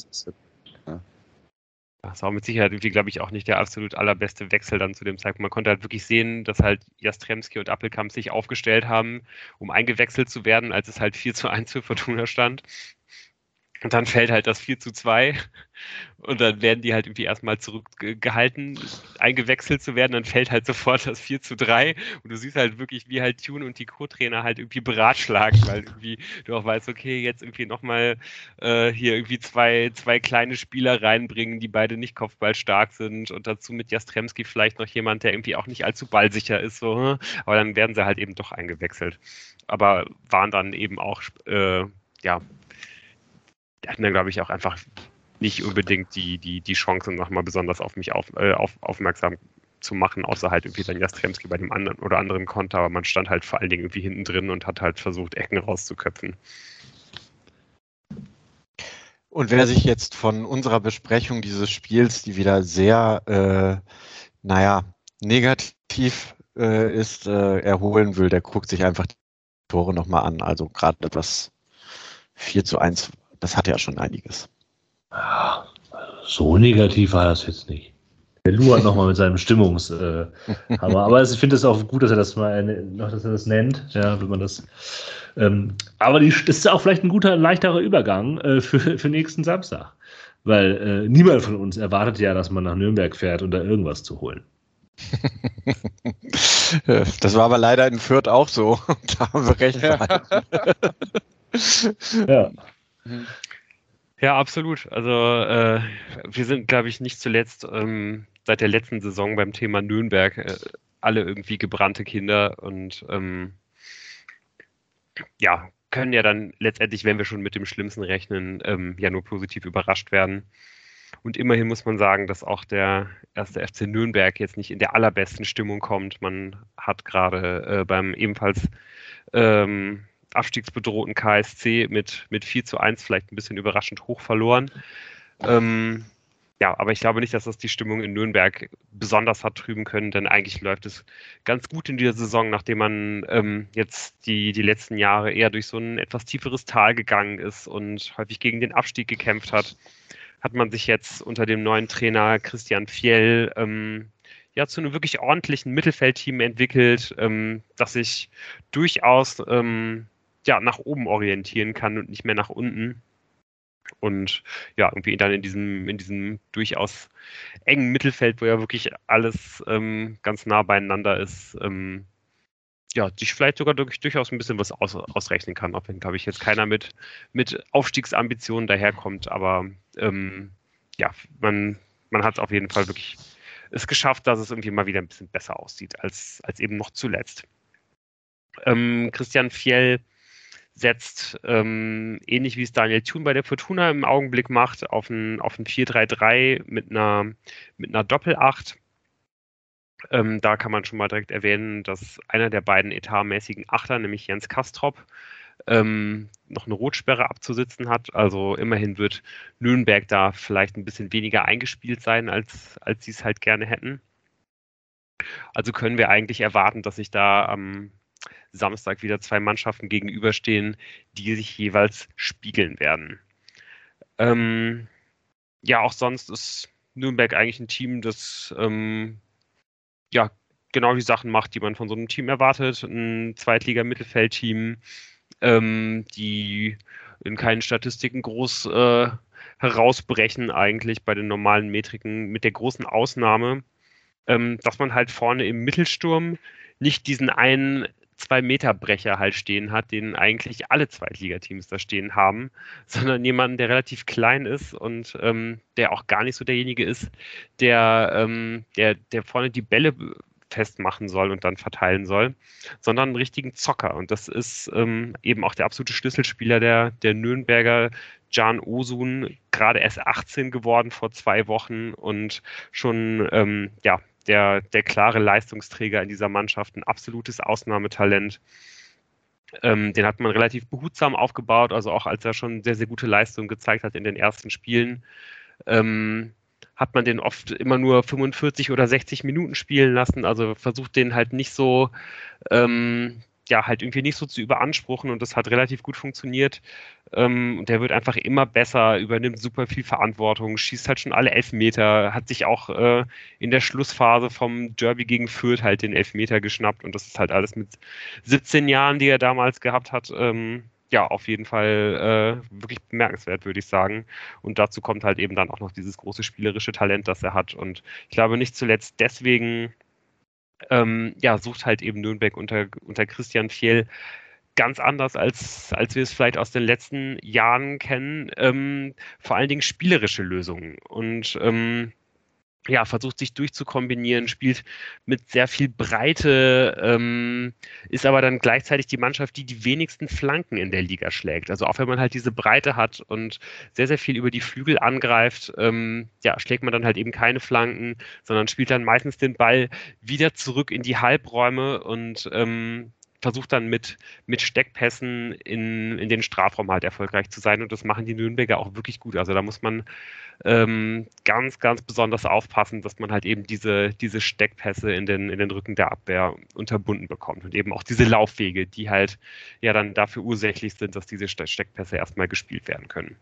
A: das war mit Sicherheit irgendwie, glaube ich, auch nicht der absolut allerbeste Wechsel dann zu dem Zeitpunkt. Man konnte halt wirklich sehen, dass halt Jastrzębski und Appelkamp sich aufgestellt haben, um eingewechselt zu werden, als es halt 4:1 für Fortuna stand. Und dann fällt halt das 4:2 und dann werden die halt irgendwie erstmal zurückgehalten, eingewechselt zu werden, dann fällt halt sofort das 4:3 und du siehst halt wirklich, wie halt Thune und die Co-Trainer halt irgendwie beratschlagen, weil irgendwie du auch weißt, okay, jetzt irgendwie nochmal hier irgendwie zwei kleine Spieler reinbringen, die beide nicht kopfballstark sind und dazu mit Jastrzębski vielleicht noch jemand, der irgendwie auch nicht allzu ballsicher ist, so, aber dann werden sie halt eben doch eingewechselt. Aber waren dann eben auch, hatten dann, glaube ich, auch einfach nicht unbedingt die Chance, nochmal besonders auf mich aufmerksam zu machen, außer halt irgendwie dann Jastrzębski bei dem anderen Konter, aber man stand halt vor allen Dingen irgendwie hinten drin und hat halt versucht, Ecken rauszuköpfen.
D: Und wer sich jetzt von unserer Besprechung dieses Spiels, die wieder sehr, negativ ist, erholen will, der guckt sich einfach die Tore nochmal an. Also gerade das 4:1, das hat ja schon einiges.
B: Ja, so negativ war das jetzt nicht. Der Lu hat nochmal mit seinem Stimmungshammer. Aber ich finde es auch gut, dass er das nennt. Ja, wenn man das. Aber das ist auch vielleicht ein guter, leichterer Übergang für nächsten Samstag. Weil niemand von uns erwartet ja, dass man nach Nürnberg fährt, um da irgendwas zu holen.
D: Das war aber leider in Fürth auch so. Da haben wir recht behalten.
B: Ja.
A: Ja, absolut. Also wir sind, glaube ich, nicht zuletzt seit der letzten Saison beim Thema Nürnberg alle irgendwie gebrannte Kinder und können ja dann letztendlich, wenn wir schon mit dem Schlimmsten rechnen, ja nur positiv überrascht werden. Und immerhin muss man sagen, dass auch der erste FC Nürnberg jetzt nicht in der allerbesten Stimmung kommt. Man hat gerade beim ebenfalls abstiegsbedrohten KSC mit 4:1 vielleicht ein bisschen überraschend hoch verloren. ja, aber ich glaube nicht, dass das die Stimmung in Nürnberg besonders hat trüben können, denn eigentlich läuft es ganz gut in dieser Saison, nachdem man jetzt die letzten Jahre eher durch so ein etwas tieferes Tal gegangen ist und häufig gegen den Abstieg gekämpft hat man sich jetzt unter dem neuen Trainer Christian Fjell ja zu einem wirklich ordentlichen Mittelfeldteam entwickelt, das sich durchaus ja, nach oben orientieren kann und nicht mehr nach unten. Und ja, irgendwie dann in diesem durchaus engen Mittelfeld, wo ja wirklich alles ganz nah beieinander ist, ja, sich vielleicht sogar durchaus ein bisschen was ausrechnen kann, auch wenn, glaube ich, jetzt keiner mit Aufstiegsambitionen daherkommt, aber ja, man hat es auf jeden Fall wirklich es geschafft, dass es irgendwie mal wieder ein bisschen besser aussieht als eben noch zuletzt. Christian Fjell setzt, ähnlich wie es Daniel Thun bei der Fortuna im Augenblick macht, auf ein 4-3-3 mit einer Doppel-8. Da kann man schon mal direkt erwähnen, dass einer der beiden etatmäßigen Achter, nämlich Jens Kastrop, noch eine Rotsperre abzusitzen hat. Also immerhin wird Nürnberg da vielleicht ein bisschen weniger eingespielt sein, als sie es halt gerne hätten. Also können wir eigentlich erwarten, dass sich da am Samstag wieder zwei Mannschaften gegenüberstehen, die sich jeweils spiegeln werden. Ja, auch sonst ist Nürnberg eigentlich ein Team, das ja genau die Sachen macht, die man von so einem Team erwartet. Ein Zweitliga-Mittelfeldteam, die in keinen Statistiken groß herausbrechen eigentlich bei den normalen Metriken, mit der großen Ausnahme, dass man halt vorne im Mittelsturm nicht diesen einen 2-Meter-Brecher halt stehen hat, den eigentlich alle Zweitligateams da stehen haben, sondern jemanden, der relativ klein ist und der auch gar nicht so derjenige ist, der vorne die Bälle festmachen soll und dann verteilen soll, sondern einen richtigen Zocker. Und das ist eben auch der absolute Schlüsselspieler der Nürnberger, Can Osun, gerade erst 18 geworden vor 2 Wochen und schon ja, der klare Leistungsträger in dieser Mannschaft, ein absolutes Ausnahmetalent. Den hat man relativ behutsam aufgebaut, also auch als er schon sehr, sehr gute Leistungen gezeigt hat in den ersten Spielen, hat man den oft immer nur 45 oder 60 Minuten spielen lassen, also versucht den halt nicht so, ja, halt irgendwie nicht so zu überanspruchen und das hat relativ gut funktioniert. Und der wird einfach immer besser, übernimmt super viel Verantwortung, schießt halt schon alle Elfmeter, hat sich auch in der Schlussphase vom Derby gegen Fürth halt den Elfmeter geschnappt und das ist halt alles mit 17 Jahren, die er damals gehabt hat, ja, auf jeden Fall wirklich bemerkenswert, würde ich sagen. Und dazu kommt halt eben dann auch noch dieses große spielerische Talent, das er hat. Und ich glaube nicht zuletzt deswegen, ja, sucht halt eben Nürnberg unter Christian Fjell ganz anders, als wir es vielleicht aus den letzten Jahren kennen, vor allen Dingen spielerische Lösungen. Und ja, versucht sich durchzukombinieren, spielt mit sehr viel Breite, ist aber dann gleichzeitig die Mannschaft, die die wenigsten Flanken in der Liga schlägt. Also auch wenn man halt diese Breite hat und sehr, sehr viel über die Flügel angreift, ja, schlägt man dann halt eben keine Flanken, sondern spielt dann meistens den Ball wieder zurück in die Halbräume und versucht dann mit Steckpässen in den Strafraum halt erfolgreich zu sein und das machen die Nürnberger auch wirklich gut. Also da muss man ganz, ganz besonders aufpassen, dass man halt eben diese Steckpässe in den Rücken der Abwehr unterbunden bekommt und eben auch diese Laufwege, die halt ja dann dafür ursächlich sind, dass diese Steckpässe erstmal gespielt werden können.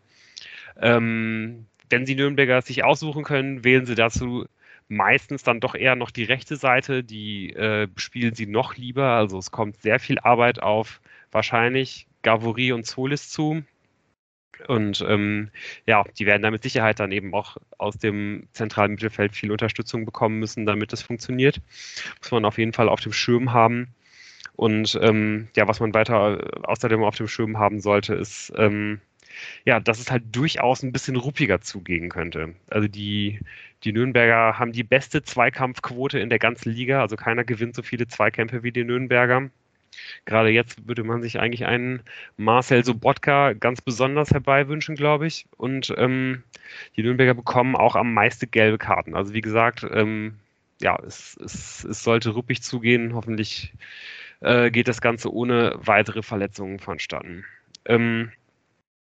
A: Wenn die Nürnberger es sich aussuchen können, wählen sie dazu meistens dann doch eher noch die rechte Seite, die bespielen sie noch lieber, also es kommt sehr viel Arbeit auf wahrscheinlich Gavory und Zolis zu. Und ja, die werden da mit Sicherheit dann eben auch aus dem zentralen Mittelfeld viel Unterstützung bekommen müssen, damit das funktioniert. Muss man auf jeden Fall auf dem Schirm haben. Und ja, was man weiter außerdem auf dem Schirm haben sollte, ist, ja, dass es halt durchaus ein bisschen ruppiger zugehen könnte. Also die Nürnberger haben die beste Zweikampfquote in der ganzen Liga, also keiner gewinnt so viele Zweikämpfe wie die Nürnberger. Gerade jetzt würde man sich eigentlich einen Marcel Sobotka ganz besonders herbeiwünschen, glaube ich. Und die Nürnberger bekommen auch am meisten gelbe Karten. Also wie gesagt, ja, es sollte ruppig zugehen. Hoffentlich geht das Ganze ohne weitere Verletzungen vonstatten.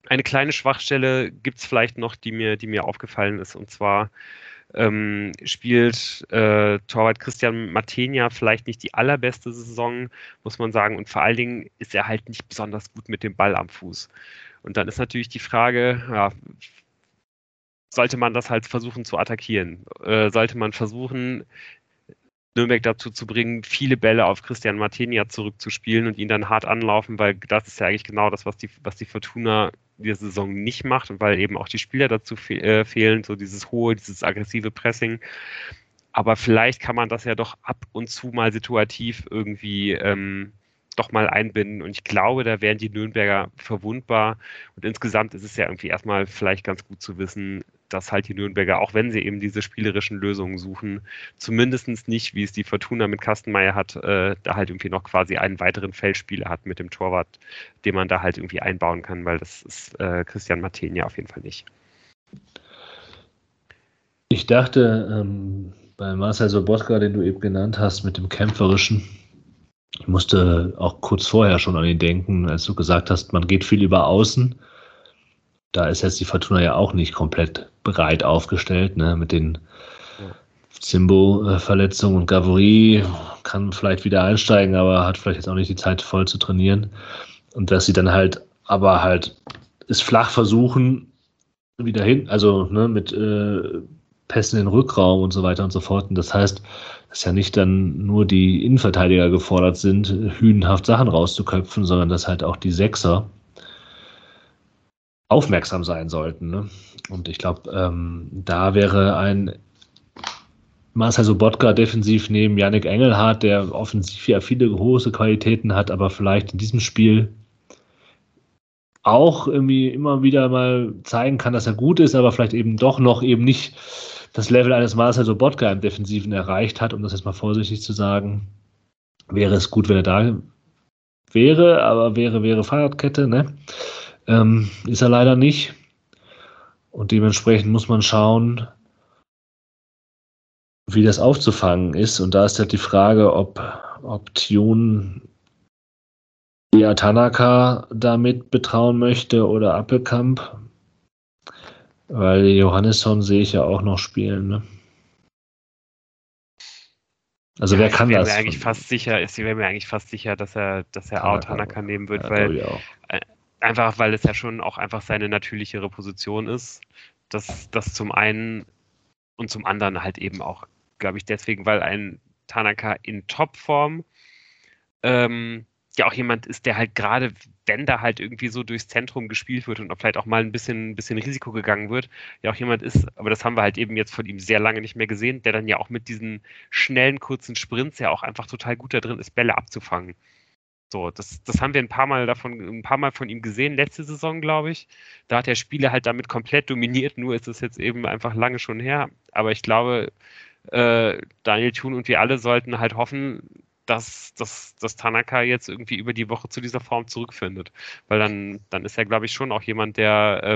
A: Eine kleine Schwachstelle gibt es vielleicht noch, die mir aufgefallen ist. Und zwar spielt Torwart Christian Matenia vielleicht nicht die allerbeste Saison, muss man sagen. Und vor allen Dingen ist er halt nicht besonders gut mit dem Ball am Fuß. Und dann ist natürlich die Frage, ja, sollte man das halt versuchen zu attackieren? Sollte man versuchen, Nürnberg dazu zu bringen, viele Bälle auf Christian Matenia zurückzuspielen und ihn dann hart anlaufen, weil das ist ja eigentlich genau das, was die Fortuna diese Saison nicht macht und weil eben auch die Spieler dazu fehlen, so dieses hohe, dieses aggressive Pressing. Aber vielleicht kann man das ja doch ab und zu mal situativ irgendwie doch mal einbinden. Und ich glaube, da wären die Nürnberger verwundbar. Und insgesamt ist es ja irgendwie erstmal vielleicht ganz gut zu wissen, dass halt die Nürnberger, auch wenn sie eben diese spielerischen Lösungen suchen, zumindest nicht, wie es die Fortuna mit Kastenmeier hat, da halt irgendwie noch quasi einen weiteren Feldspieler hat mit dem Torwart, den man da halt irgendwie einbauen kann, weil das ist Christian Matenia auf jeden Fall nicht.
B: Ich dachte, bei Marcel Sobotka, den du eben genannt hast, mit dem Kämpferischen, ich musste auch kurz vorher schon an ihn denken, als du gesagt hast, man geht viel über Außen. Da ist jetzt die Fortuna ja auch nicht komplett breit aufgestellt, ne? Mit den Zimbo-Verletzungen und Gavory kann vielleicht wieder einsteigen, aber hat vielleicht jetzt auch nicht die Zeit voll zu trainieren. Und dass sie dann halt es flach versuchen, wieder hin, also ne, mit Pässen in den Rückraum und so weiter und so fort. Und das heißt, dass ja nicht dann nur die Innenverteidiger gefordert sind, hünenhaft Sachen rauszuköpfen, sondern dass halt auch die Sechser aufmerksam sein sollten. Ne? Und ich glaube, da wäre ein Marcel Sobotka defensiv neben Yannick Engelhardt, der offensiv ja viele große Qualitäten hat, aber vielleicht in diesem Spiel auch irgendwie immer wieder mal zeigen kann, dass er gut ist, aber vielleicht eben doch noch eben nicht das Level eines Marcel Sobotka im Defensiven erreicht hat, um das jetzt mal vorsichtig zu sagen. Wäre es gut, wenn er da wäre, aber wäre Fahrradkette, ne? Ist er leider nicht. Und dementsprechend muss man schauen, wie das aufzufangen ist. Und da ist halt die Frage, ob Thun eher Tanaka damit betrauen möchte oder Appelkamp. Weil Johannesson sehe ich ja auch noch spielen. Ne? Also wer kann das?
A: Ich wäre mir eigentlich fast sicher, dass er auch Tanaka nehmen wird, weil einfach, weil es ja schon auch einfach seine natürlichere Position ist. Das zum einen und zum anderen halt eben auch, glaube ich, deswegen, weil ein Tanaka in Topform ja auch jemand ist, der halt gerade, wenn da halt irgendwie so durchs Zentrum gespielt wird und auch vielleicht auch mal ein bisschen Risiko gegangen wird, ja auch jemand ist, aber das haben wir halt eben jetzt von ihm sehr lange nicht mehr gesehen, der dann ja auch mit diesen schnellen, kurzen Sprints ja auch einfach total gut da drin ist, Bälle abzufangen. So, das haben wir ein paar Mal von ihm gesehen, letzte Saison, glaube ich. Da hat der Spieler halt damit komplett dominiert, nur ist es jetzt eben einfach lange schon her. Aber ich glaube, Daniel Thun und wir alle sollten halt hoffen, dass Tanaka jetzt irgendwie über die Woche zu dieser Form zurückfindet. Weil dann ist er, glaube ich, schon auch jemand, der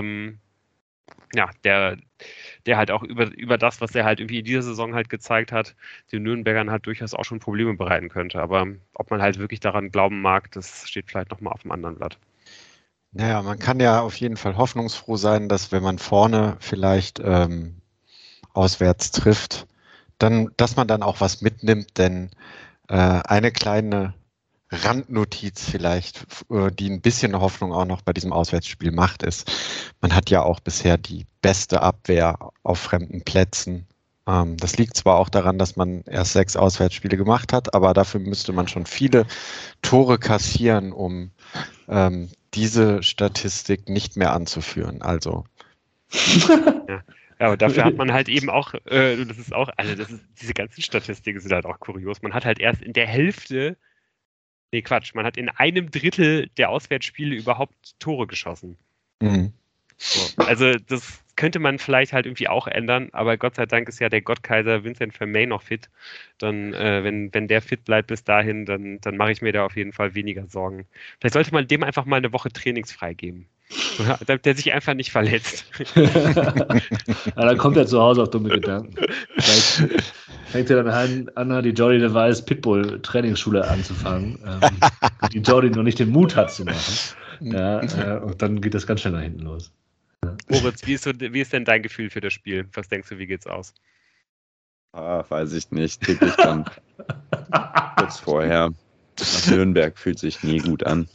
A: halt auch über das, was er halt irgendwie in dieser Saison halt gezeigt hat, den Nürnbergern halt durchaus auch schon Probleme bereiten könnte. Aber ob man halt wirklich daran glauben mag, das steht vielleicht nochmal auf dem anderen Blatt.
D: Naja, man kann ja auf jeden Fall hoffnungsfroh sein, dass wenn man vorne vielleicht auswärts trifft, dass man dann auch was mitnimmt, denn eine kleine Randnotiz vielleicht, die ein bisschen Hoffnung auch noch bei diesem Auswärtsspiel macht, ist, man hat ja auch bisher die beste Abwehr auf fremden Plätzen. Das liegt zwar auch daran, dass man erst 6 Auswärtsspiele gemacht hat, aber dafür müsste man schon viele Tore kassieren, um diese Statistik nicht mehr anzuführen. Also
A: Ja, aber dafür hat man halt eben auch, diese ganzen Statistiken sind halt auch kurios. Man hat halt erst in der Hälfte, man hat in einem Drittel der Auswärtsspiele überhaupt Tore geschossen.
D: Mhm.
A: So, also das könnte man vielleicht halt irgendwie auch ändern, aber Gott sei Dank ist ja der Gottkaiser Vincent Vermey noch fit. Dann, wenn der fit bleibt bis dahin, dann mache ich mir da auf jeden Fall weniger Sorgen. Vielleicht sollte man dem einfach mal eine Woche trainingsfrei geben. Damit der sich einfach nicht verletzt.
B: Dann kommt er zu Hause auf dumme Gedanken. Vielleicht fängt er dann an, die Jordi DeVise Pitbull Trainingsschule anzufangen, die Jordi noch nicht den Mut hat zu machen. Ja, und dann geht das ganz schnell nach hinten los.
A: Moritz, wie ist denn dein Gefühl für das Spiel? Was denkst du, wie geht's aus?
C: Weiß ich nicht. Tippe ich dann kurz vorher. Nach Nürnberg fühlt sich nie gut an.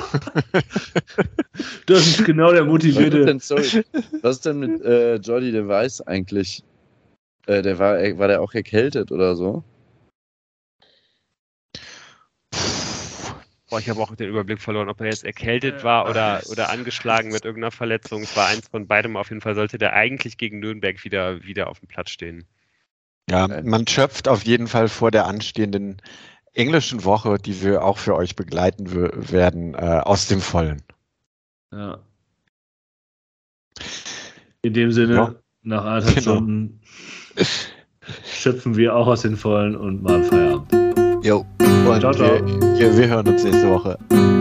B: Das ist genau der motivierte.
C: Was ist denn mit Jordi de Weiß eigentlich? War der auch erkältet oder so?
A: Boah, ich habe auch den Überblick verloren, ob er jetzt erkältet war oder angeschlagen mit irgendeiner Verletzung. Es war eins von beidem. Auf jeden Fall sollte der eigentlich gegen Nürnberg wieder auf dem Platz stehen.
D: Ja, man schöpft auf jeden Fall vor der anstehenden englischen Woche, die wir auch für euch begleiten werden, aus dem Vollen.
B: Ja. In dem Sinne, nach 1,5 Stunden schöpfen wir auch aus den Vollen und machen Feierabend.
D: Jo, und
B: ciao, ciao.
D: Wir hören uns nächste Woche.